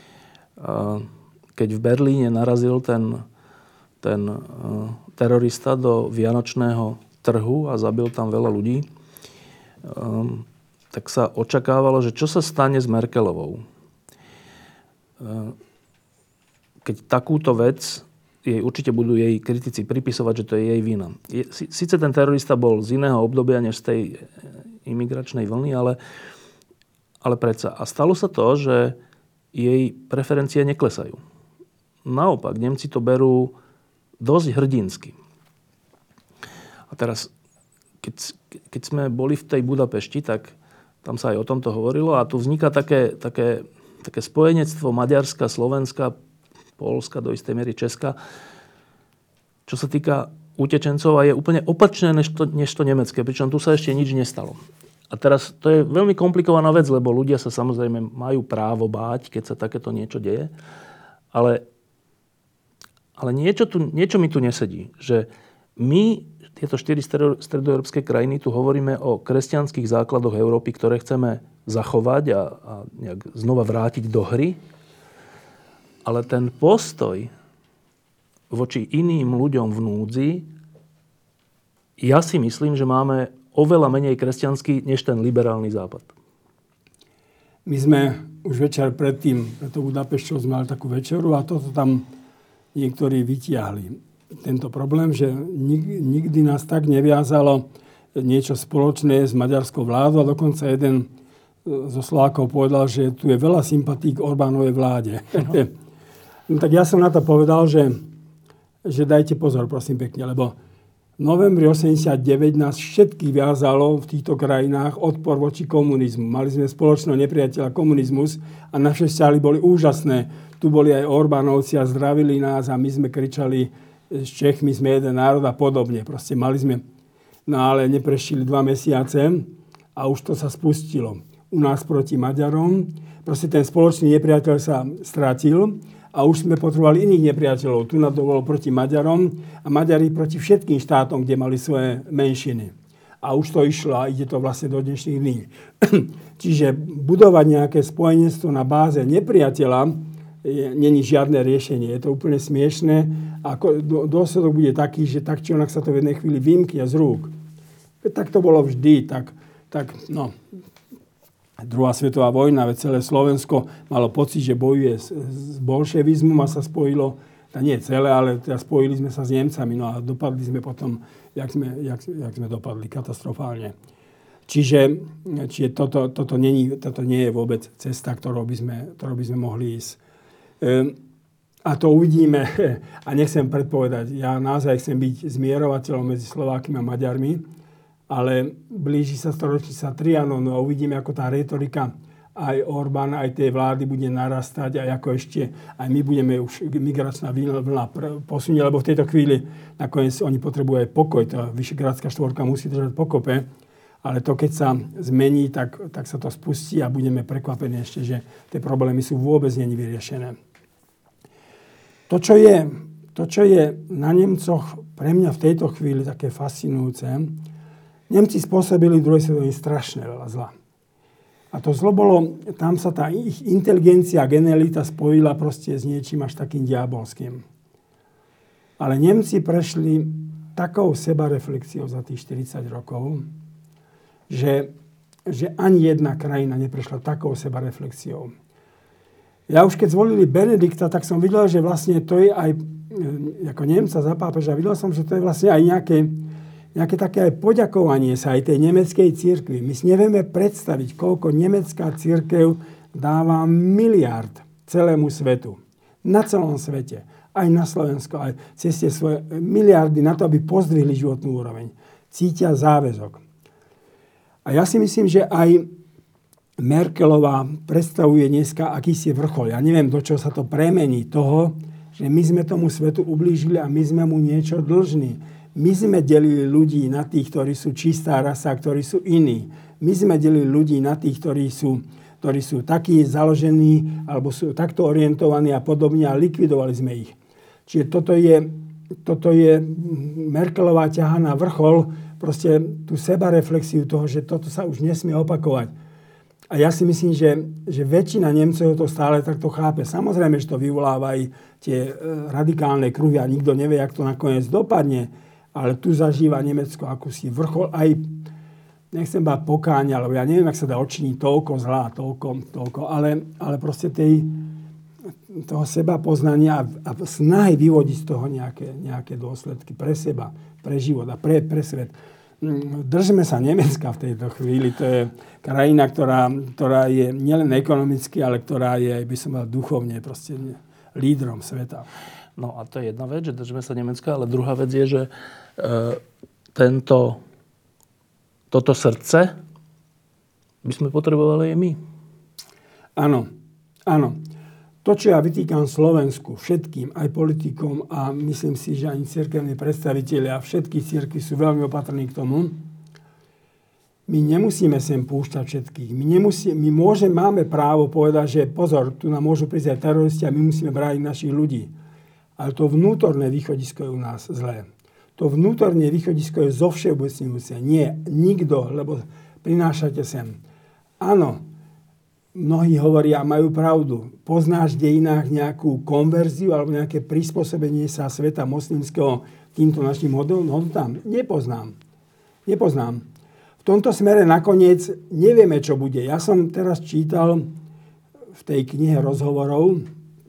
Keď v Berlíne narazil ten, ten uh, terorista do vianočného trhu a zabil tam veľa ľudí, um, tak sa očakávalo, že čo sa stane s Merkelovou. Uh, keď takúto vec, jej určite budú jej kritici pripisovať, že to je jej vina. Je, síce ten terorista bol z iného obdobia, než z tej imigračnej vlny, ale, ale predsa. A stalo sa to, že jej preferencie neklesajú. Naopak, Nemci to berú dosť hrdinsky. A teraz, keď, keď sme boli v tej Budapešti, tak tam sa aj o tomto hovorilo a tu vzniká také, také, také spojenectvo Maďarska, Slovenska, Poľska, do istej miery Česka, čo sa týka utečencov a je úplne opačné než to, než to nemecké, pričom tu sa ešte nič nestalo. A teraz to je veľmi komplikovaná vec, lebo ľudia sa samozrejme majú právo báť, keď sa takéto niečo deje, ale Ale niečo, tu, niečo mi tu nesedí. Že my, tieto štyri stredoeurópske krajiny, tu hovoríme o kresťanských základoch Európy, ktoré chceme zachovať a, a nejak znova vrátiť do hry. Ale ten postoj voči iným ľuďom v núdzi ja si myslím, že máme oveľa menej kresťanský, než ten liberálny západ. My sme už večer predtým, preto Budapešťou sme mali takú večeru a toto tam niektorí vytiahli. Tento problém, že nikdy nás tak neviazalo niečo spoločné s maďarskou vládou a dokonca jeden zo Slovákov povedal, že tu je veľa sympatí k Orbánovej vláde. No. No, tak ja som na to povedal, že, že dajte pozor, prosím pekne, lebo v novembri osemdesiatdeväť nás všetkých viazalo v týchto krajinách odpor voči komunizmu. Mali sme spoločného nepriateľa komunizmus a naše vzťahy boli úžasné. Tu boli aj Orbánovci a zdravili nás a my sme kričali z Čech, my sme jeden národ a podobne. Proste mali sme, no ale neprešili dva mesiace a už to sa spustilo. U nás proti Maďarom. Proste ten spoločný nepriateľ sa strátil a už sme potrebovali iných nepriateľov. Tu na to bolo proti Maďarom a Maďari proti všetkým štátom, kde mali svoje menšiny. A už to išlo a ide to vlastne do dnešných dní. Čiže budovať nejaké spojenectvo na báze nepriateľa není žiadne riešenie. Je to úplne smiešné a dôsledok bude taký, že tak či onak sa to v jednej chvíli vymkne z rúk. Tak to bolo vždy. Tak, tak no... Druhá svetová vojna, veď celé Slovensko malo pocit, že bojuje s, s bolševizmom a sa spojilo, to nie celé, ale teda spojili sme sa s Nemcami, no a dopadli sme potom, jak sme, jak, jak sme dopadli, katastrofálne. Čiže, čiže toto, toto, nie, toto nie je vôbec cesta, ktorou by sme, ktorou by sme mohli ísť. Ehm, a to uvidíme, a nechcem predpovedať, ja naozaj chcem byť zmierovateľom medzi Slovákmi a Maďarmi, ale blíži sa storočnica Trianon a uvidíme, ako tá retorika aj Orbána, aj tej vlády bude narastať a ako ešte aj my budeme už migračná vlna posunie, lebo v tejto chvíli nakoniec oni potrebujú aj pokoj. Tá Vyšegrádska štvorka musí držať pokope, ale to, keď sa zmení, tak, tak sa to spustí a budeme prekvapení ešte, že tie problémy sú vôbec není vyriešené. To, čo je, to, čo je na Nemcoch pre mňa v tejto chvíli také fascinujúce, Nemci spôsobili v druhej svetovej strašne veľa zla. A to zlo bolo, tam sa tá ich inteligencia a genialita spojila proste s niečím až takým diabolským. Ale Nemci prešli takou sebareflexiou za tých štyridsať rokov, že, že ani jedna krajina neprešla takou sebareflexiou. Ja už keď zvolili Benedikta, tak som videl, že vlastne to je aj, ako Nemca za pápeža, videl som, že to je vlastne aj nejaké nejaké také aj poďakovanie sa aj tej nemeckej cirkvi. My si nevieme predstaviť, koľko nemecká cirkev dáva miliárd celému svetu. Na celom svete. Aj na Slovensku. Aj cez tie svoje miliardy na to, aby pozdvihli životnú úroveň. Cítia záväzok. A ja si myslím, že aj Merkelová predstavuje dneska akýsi vrchol. Ja neviem, do čoho sa to premení toho, že my sme tomu svetu ublížili a my sme mu niečo dlžní. My sme delili ľudí na tých, ktorí sú čistá rasa, ktorí sú iní. My sme delili ľudí na tých, ktorí sú, ktorí sú takí založení alebo sú takto orientovaní a podobne a likvidovali sme ich. Čiže toto je, toto je Merkelová ťaha na vrchol, proste tú sebareflexiu toho, že toto sa už nesmie opakovať. A ja si myslím, že, že väčšina Nemcov to stále takto chápe. Samozrejme, že to vyvoláva aj tie radikálne kruhy a nikto nevie, jak to nakoniec dopadne. Ale tu zažíva Nemecko akúsi vrchol aj, nechcem bať pokáňa, lebo ja neviem, ak sa dá odčiniť toľko zlá, toľko, toľko, ale, ale proste tej, toho seba poznania a, a snahy vyvodiť z toho nejaké, nejaké dôsledky pre seba, pre život a pre, pre svet. Držme sa Nemecka v tejto chvíli. To je krajina, ktorá, ktorá je nielen ekonomicky, ale ktorá je, by som mal duchovne, proste lídrom sveta. No a to je jedna vec, že držíme sa Nemecka, ale druhá vec je, že e, tento, toto srdce by sme potrebovali aj my. Áno, áno. To, čo ja vytýkam Slovensku, všetkým, aj politikom a myslím si, že ani cirkevní predstavitelia a všetky cirkvi sú veľmi opatrní k tomu, my nemusíme sem púšťať všetkých. My, nemusí, my môžeme, máme právo povedať, že pozor, tu nám môžu prísť aj teroristi a my musíme brániť našich ľudí. Ale to vnútorné východisko je u nás zlé. To vnútorné východisko je zovšeobecňujúce. Nie, nikto, lebo prinášate sem. Áno, mnohí hovoria a majú pravdu. Poznáš v dejinách nejakú konverziu alebo nejaké prispôsobenie sa sveta moslimského týmto našim hodnotám? Nepoznám. nepoznám. V tomto smere nakoniec nevieme, čo bude. Ja som teraz čítal v tej knihe rozhovorov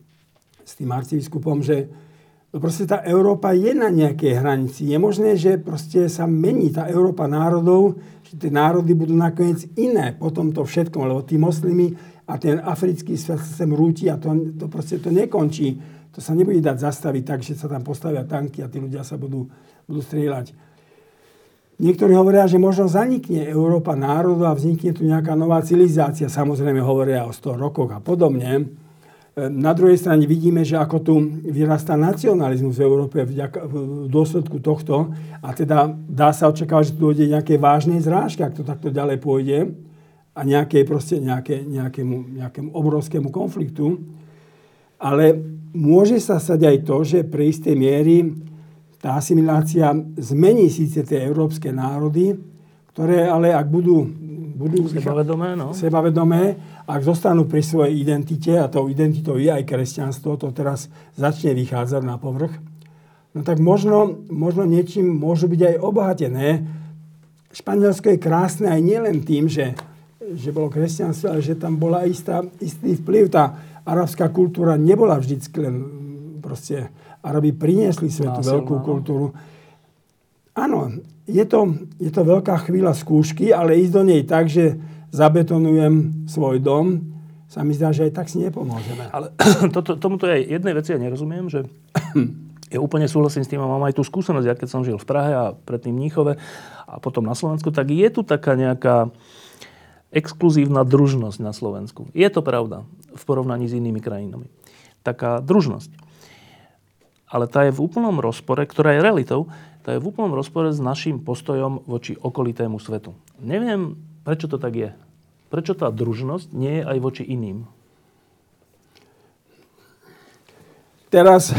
s tým arcibiskupom, že no proste tá Európa je na nejakej hranici. Je možné, že proste sa mení tá Európa národov, že tie národy budú nakoniec iné po tomto všetkom, lebo tí moslimi a ten africký svet sa sem rúti a to, to proste to nekončí. To sa nebude dať zastaviť tak, že sa tam postavia tanky a tí ľudia sa budú, budú strieľať. Niektorí hovoria, že možno zanikne Európa národov a vznikne tu nejaká nová civilizácia. Samozrejme hovoria o sto rokoch a podobne. Na druhej strane vidíme, že ako tu vyrastá nacionalizmus v Európe vďaka, v dôsledku tohto. A teda dá sa očakávať, že tu dôjde nejaké vážnej zrážke, ak to takto ďalej pôjde. A nejaké, proste nejaké, nejakému, nejakému obrovskému konfliktu. Ale môže sa stať aj to, že pre istej miery tá asimilácia zmení síce tie európske národy, ktoré ale ak budú, budú sebavedomé, no. sebavedomé, ak zostanú pri svojej identite, a tou identitou je aj kresťanstvo, to teraz začne vychádzať na povrch, no tak možno, možno niečím môžu byť aj obohatené. Španielsko je krásne aj nielen tým, že, že bolo kresťanstvo, ale že tam bola istá, istý vplyv. Tá arabská kultúra nebola vždycky len proste Arabi priniesli svetu veľkú kultúru. Áno, je to, je to veľká chvíľa skúšky, ale ísť do nej tak, že zabetonujem svoj dom, sa mi zdá, že aj tak si nepomôžeme. Ale toto, tomuto aj jednej veci ja nerozumiem, že ja úplne súhlasím s tým a mám aj tú skúsenosť, ja keď som žil v Prahe a predtým v Mníchove a potom na Slovensku, tak je tu taká nejaká exkluzívna družnosť na Slovensku. Je to pravda v porovnaní s inými krajinami. Taká družnosť. Ale tá je v úplnom rozpore, ktorá je realitou, tá je v úplnom rozpore s naším postojom voči okolitému svetu. Neviem, prečo to tak je. Prečo tá družnosť nie je aj voči iným? Teraz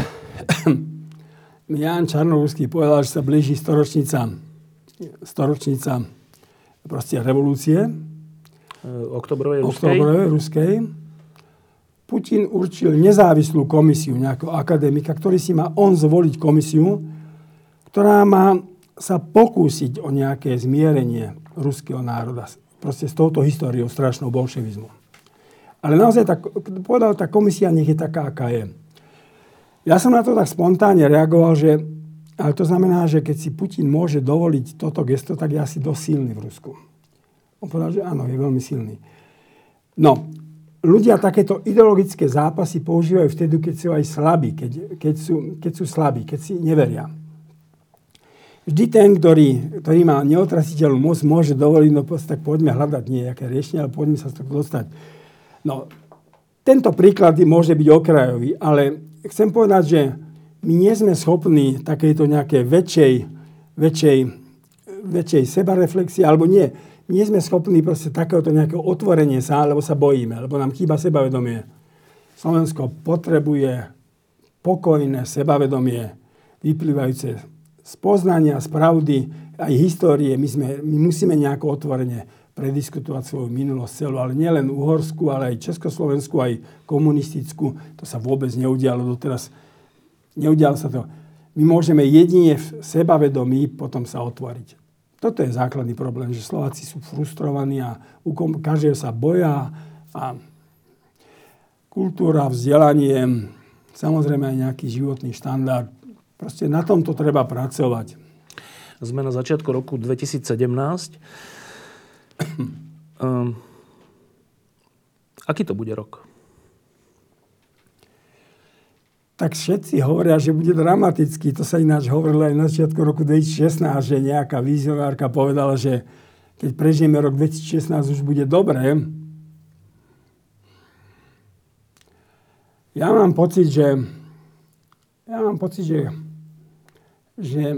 Ján Čarnohorský povedal, že sa blíži storočnica, storočnica proste revolúcie. Oktobrovej ruskej. Oktobrovej ruskej. Putin určil nezávislú komisiu nejakého akademika, ktorý si má on zvoliť komisiu, ktorá má sa pokúsiť o nejaké zmierenie ruského národa. Proste s touto históriou strašnou bolševizmu. Ale naozaj, tak, povedal, tá komisia nech je taká, aká je. Ja som na to tak spontánne reagoval, že ale to znamená, že keď si Putin môže dovoliť toto gesto, tak je asi dosť silný v Rusku. On povedal, že áno, je veľmi silný. No, ľudia takéto ideologické zápasy používajú vtedy, keď sú aj slabí, keď, keď, sú, keď sú slabí, keď si neveria. Vždy ten, ktorý, ktorý má neotrasiteľnú moc, môže dovoliť, no tak poďme hľadať nejaké riešenie, ale poďme sa z toho dostať. No, tento príklad môže byť okrajový, ale chcem povedať, že my nie sme schopní takejto nejakej väčšej, väčšej, väčšej sebareflexie, alebo nie. Nie sme schopní proste takéhoto nejakého otvorenia sa, lebo sa bojíme, lebo nám chýba sebavedomie. Slovensko potrebuje pokojné sebavedomie, vyplývajúce z poznania, z pravdy, aj histórie. My, sme, my musíme nejako otvorene prediskutovať svoju minulosť celú, ale nielen uhorskú, ale aj československú, aj komunistickú. To sa vôbec neudialo doteraz. Neudialo sa to. My môžeme jedine v sebavedomí potom sa otvoriť. Toto je základný problém, že Slováci sú frustrovaní a každého sa boja a kultúra, vzdelanie, samozrejme aj nejaký životný štandard. Proste na tomto treba pracovať. Sme na začiatku roku dvetisícsedemnásť. um, aký to bude rok? Tak všetci hovoria, že bude dramatický. To sa ináč hovorilo aj na začiatku roku dvetisícšestnásť, že nejaká vizionárka povedala, že keď prežijeme rok dvetisícšestnásť, už bude dobré. Ja mám pocit, že ja mám pocit, že, že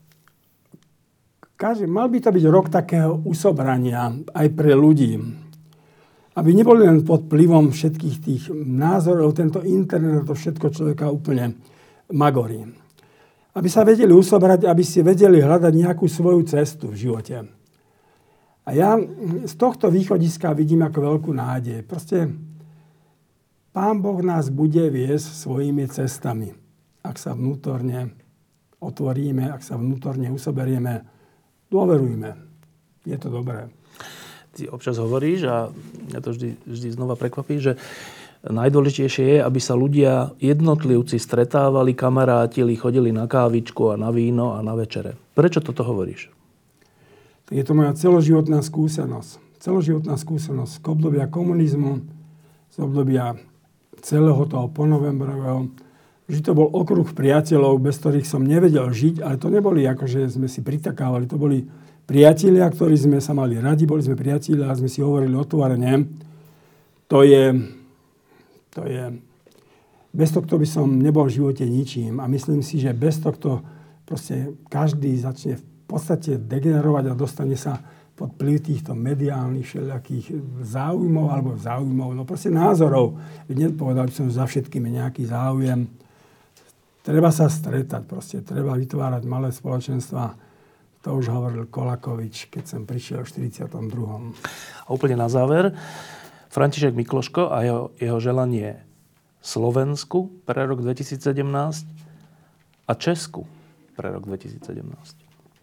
každý, mal by to byť rok takého usobrania aj pre ľudí. Aby neboli len pod vplyvom všetkých tých názorov, tento internet, to všetko človeka úplne magorí. Aby sa vedeli usobrať, aby si vedeli hľadať nejakú svoju cestu v živote. A ja z tohto východiska vidím ako veľkú nádej. Proste Pán Boh nás bude viesť svojimi cestami. Ak sa vnútorne otvoríme, ak sa vnútorne usoberieme, Dôverujme. Je to dobré. Ty občas hovoríš, a ja to vždy, vždy znova prekvapí, že najdôležitejšie je, aby sa ľudia, jednotlivci stretávali, kamarátili, chodili na kávičku a na víno a na večere. Prečo toto hovoríš? Je to moja celoživotná skúsenosť. Celoživotná skúsenosť z obdobia komunizmu, z obdobia celého toho ponovembrového. Vždy to bol okruh priateľov, bez ktorých som nevedel žiť, ale to neboli ako, že sme si pritakávali. To boli priatelia, ktorí sme sa mali radi, boli sme priatelia a sme si hovorili otvorene. To je, to je, bez tohto by som nebol v živote ničím. A myslím si, že bez tohto proste každý začne v podstate degenerovať a dostane sa pod vplyv týchto mediálnych všelijakých záujmov alebo záujmov, no proste názorov. Nepovedal by som za všetkými nejaký záujem. Treba sa stretať, proste treba vytvárať malé spoločenstva. To už hovoril Kolakovič, keď som prišiel v štyridsiatom druhom. A úplne na záver, František Mikloško a jeho, jeho želanie Slovensku pre rok dvetisícsedemnásť a Česku pre rok dvetisícsedemnásť.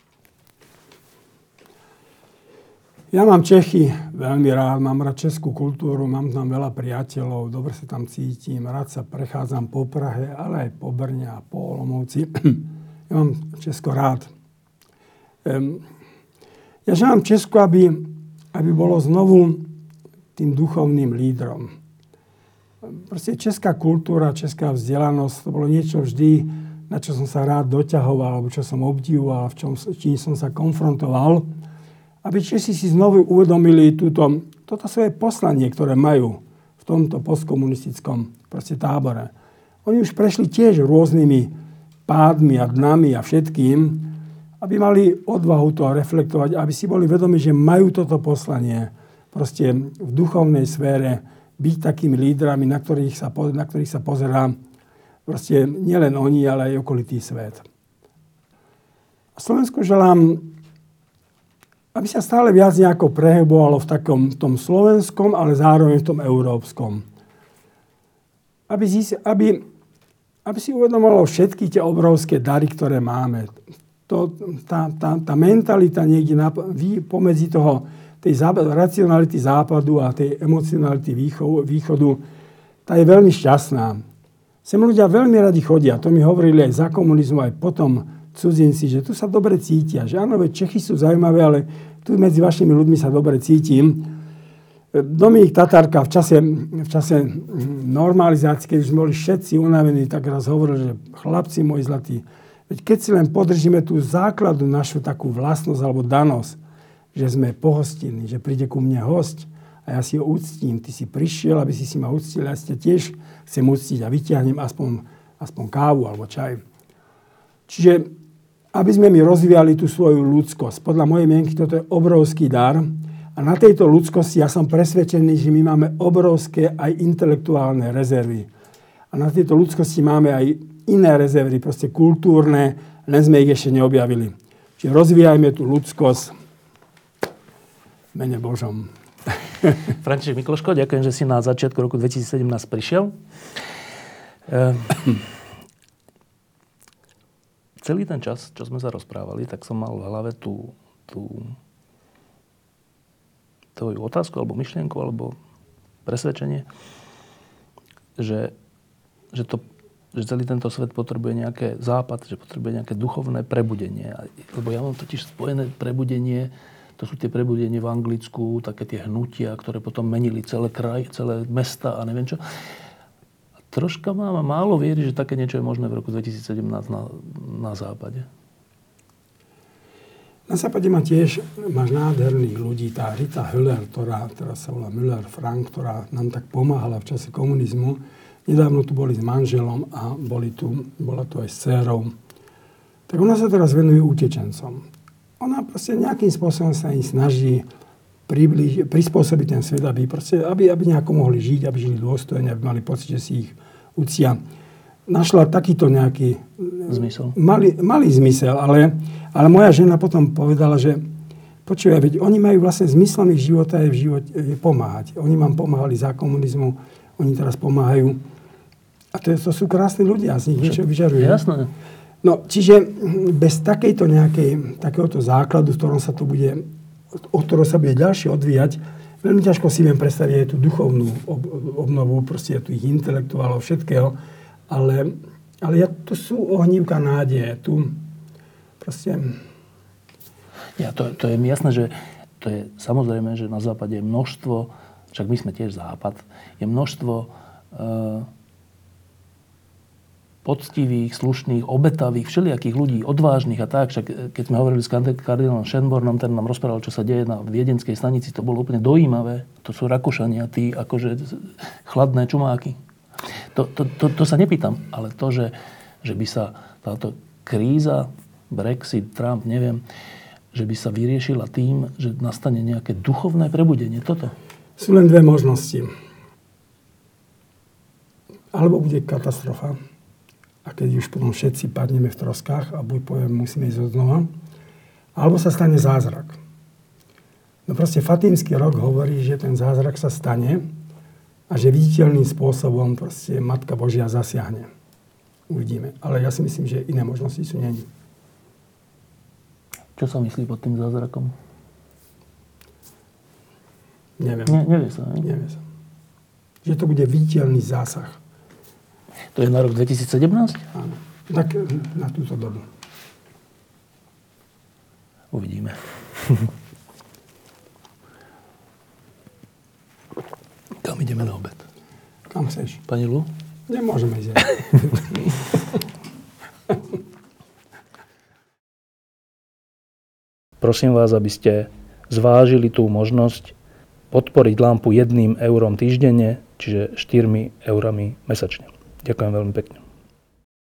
Ja mám Čechy veľmi rád, mám rád českú kultúru, mám tam veľa priateľov, dobre sa tam cítim, rád sa prechádzam po Prahe, ale aj po Brne a po Olomouci. Ja mám Česko rád. Ja želám Česku, aby, aby bolo znovu tým duchovným lídrom. Proste česká kultúra, česká vzdelanosť, to bolo niečo vždy, na čo som sa rád doťahoval, alebo čo som obdivoval, v čom, čím som sa konfrontoval. Aby Česi si znovu uvedomili túto, toto svoje poslanie, ktoré majú v tomto postkomunistickom proste tábore. Oni už prešli tiež rôznymi pádmi a dnami a všetkým, aby mali odvahu to reflektovať, aby si boli vedomi, že majú toto poslanie proste v duchovnej sfére byť takými lídrami, na ktorých sa, na ktorých sa pozerá proste nielen oni, ale aj okolitý svet. A Slovensku želám, aby sa stále viac nejako prehybovalo v takom tom slovenskom, ale zároveň v tom európskom. Aby, si, aby, aby si uvedomalo všetky tie obrovské dary, ktoré máme. To, tá, tá, tá mentalita niekde na, pomedzi toho, tej západ, racionality západu a tej emocionality východu, východu, tá je veľmi šťastná. Sem ľudia veľmi radi chodia. To mi hovorili aj za komunizmu, aj potom cudzinci, že tu sa dobre cítia. Že áno, veď Čechy sú zaujímavé, ale tu medzi vašimi ľuďmi sa dobre cítim. Dominik Tatárka v čase, v čase normalizácie, keď už boli všetci unavení, tak raz hovoril, že chlapci moji zlatí, veď keď si len podržíme tú základu našu takú vlastnosť alebo danosť, že sme pohostinní, že príde ku mne hosť a ja si ho uctím. Ty si prišiel, aby si si ma uctil, ja si tiež chcem uctiť a vyťahnem aspoň, aspoň kávu alebo čaj. Čiže aby sme my rozvíjali tú svoju ľudskosť. Podľa mojej mienky toto je obrovský dar. A na tejto ľudskosti ja som presvedčený, že my máme obrovské aj intelektuálne rezervy. A na tejto ľudskosti máme aj iné rezervy, proste kultúrne, len sme ich ešte neobjavili. Čiže rozvíjajme tú ľudskosť v mene Božom. František Mikloško, ďakujem, že si na začiatku roku dvetisícsedemnásť prišiel. Celý ten čas, čo sme sa rozprávali, tak som mal v hlave tú, tú tvoju otázku, alebo myšlienku, alebo presvedčenie, že, že, to, že celý tento svet potrebuje nejaké západ, že potrebuje nejaké duchovné prebudenie. Lebo ja mám totiž spojené prebudenie, to sú tie prebudenie v Anglicku, také tie hnutia, ktoré potom menili celé kraj, celé mesta a neviem čo. Troška mám málo viery, že také niečo je možné v roku dvetisícsedemnásť na, na západe. Na západe má tiež, máš nádherných ľudí. Tá Rita Höller, ktorá teraz sa volá Müller-Frank, ktorá nám tak pomáhala v čase komunizmu. Nedávno tu boli s manželom a boli tu, bola tu aj s dcérou. Tak ona sa teraz venuje utečencom. Ona proste nejakým spôsobom sa im snaží priblíž, prispôsobiť ten svet, aby, proste, aby, aby nejako mohli žiť, aby žili dôstojne, aby mali pocit, že si ich ucia. Našla takýto nejaký zmysel. Malý, malý zmysel, ale, ale moja žena potom povedala, že počúvaj, veď oni majú vlastne zmyslom ich života je v živote je pomáhať. Oni vám pomáhali za komunizmu, oni teraz pomáhajú. A to, to sú krásni ľudia, z nich niečo vyžarujú. Jasné. No, čiže bez takejto nejakej, takéhoto základu, v ktorom sa to bude, od ktorého sa bude ďalšie odvíjať, veľmi ťažko si viem predstaviť aj tú duchovnú obnovu, proste tu ich intelektuálov, všetkého, ale, ale ja, tu sú ohnívka nádeje, tu proste... Ja, to, to je mi jasné, že to je samozrejme, že na západe je množstvo, však my sme tiež západ, je množstvo e, poctivých, slušných, obetavých, všelijakých ľudí, odvážnych a tak. Však keď sme hovorili s kardinálom Schönbornom, ten nám rozprával, čo sa deje na viedenskej stanici, to bolo úplne dojímavé. To sú Rakúšania, tí akože chladné čumáky. To, to, to, to sa nepýtam, ale to, že, že by sa táto kríza, Brexit, Trump, neviem, že by sa vyriešila tým, že nastane nejaké duchovné prebudenie. Toto. Sú len dve možnosti. Alebo bude katastrofa. A keď už potom všetci padneme v troskách a buď poviem, musíme ísť odnova. Alebo sa stane zázrak. No proste Fatímsky rok hovorí, že ten zázrak sa stane a že viditeľným spôsobom proste Matka Božia zasiahne. Uvidíme. Ale ja si myslím, že iné možnosti sú není. Čo sa myslí pod tým zázrakom? Neviem. Ne, nevie sa, ne? Nevie sa. Že to bude viditeľný zásah. To je na rok dvetisícsedemnásť? Áno. Tak na túto dobu. Uvidíme. Kam ideme na obed? Kam chceš? Pani Lu? Nemôžeme ísť. Prosím vás, aby ste zvážili tú možnosť podporiť Lampu jedným eurom týždenne, čiže štyrmi eurami mesačne. Ďakujem veľmi pekne.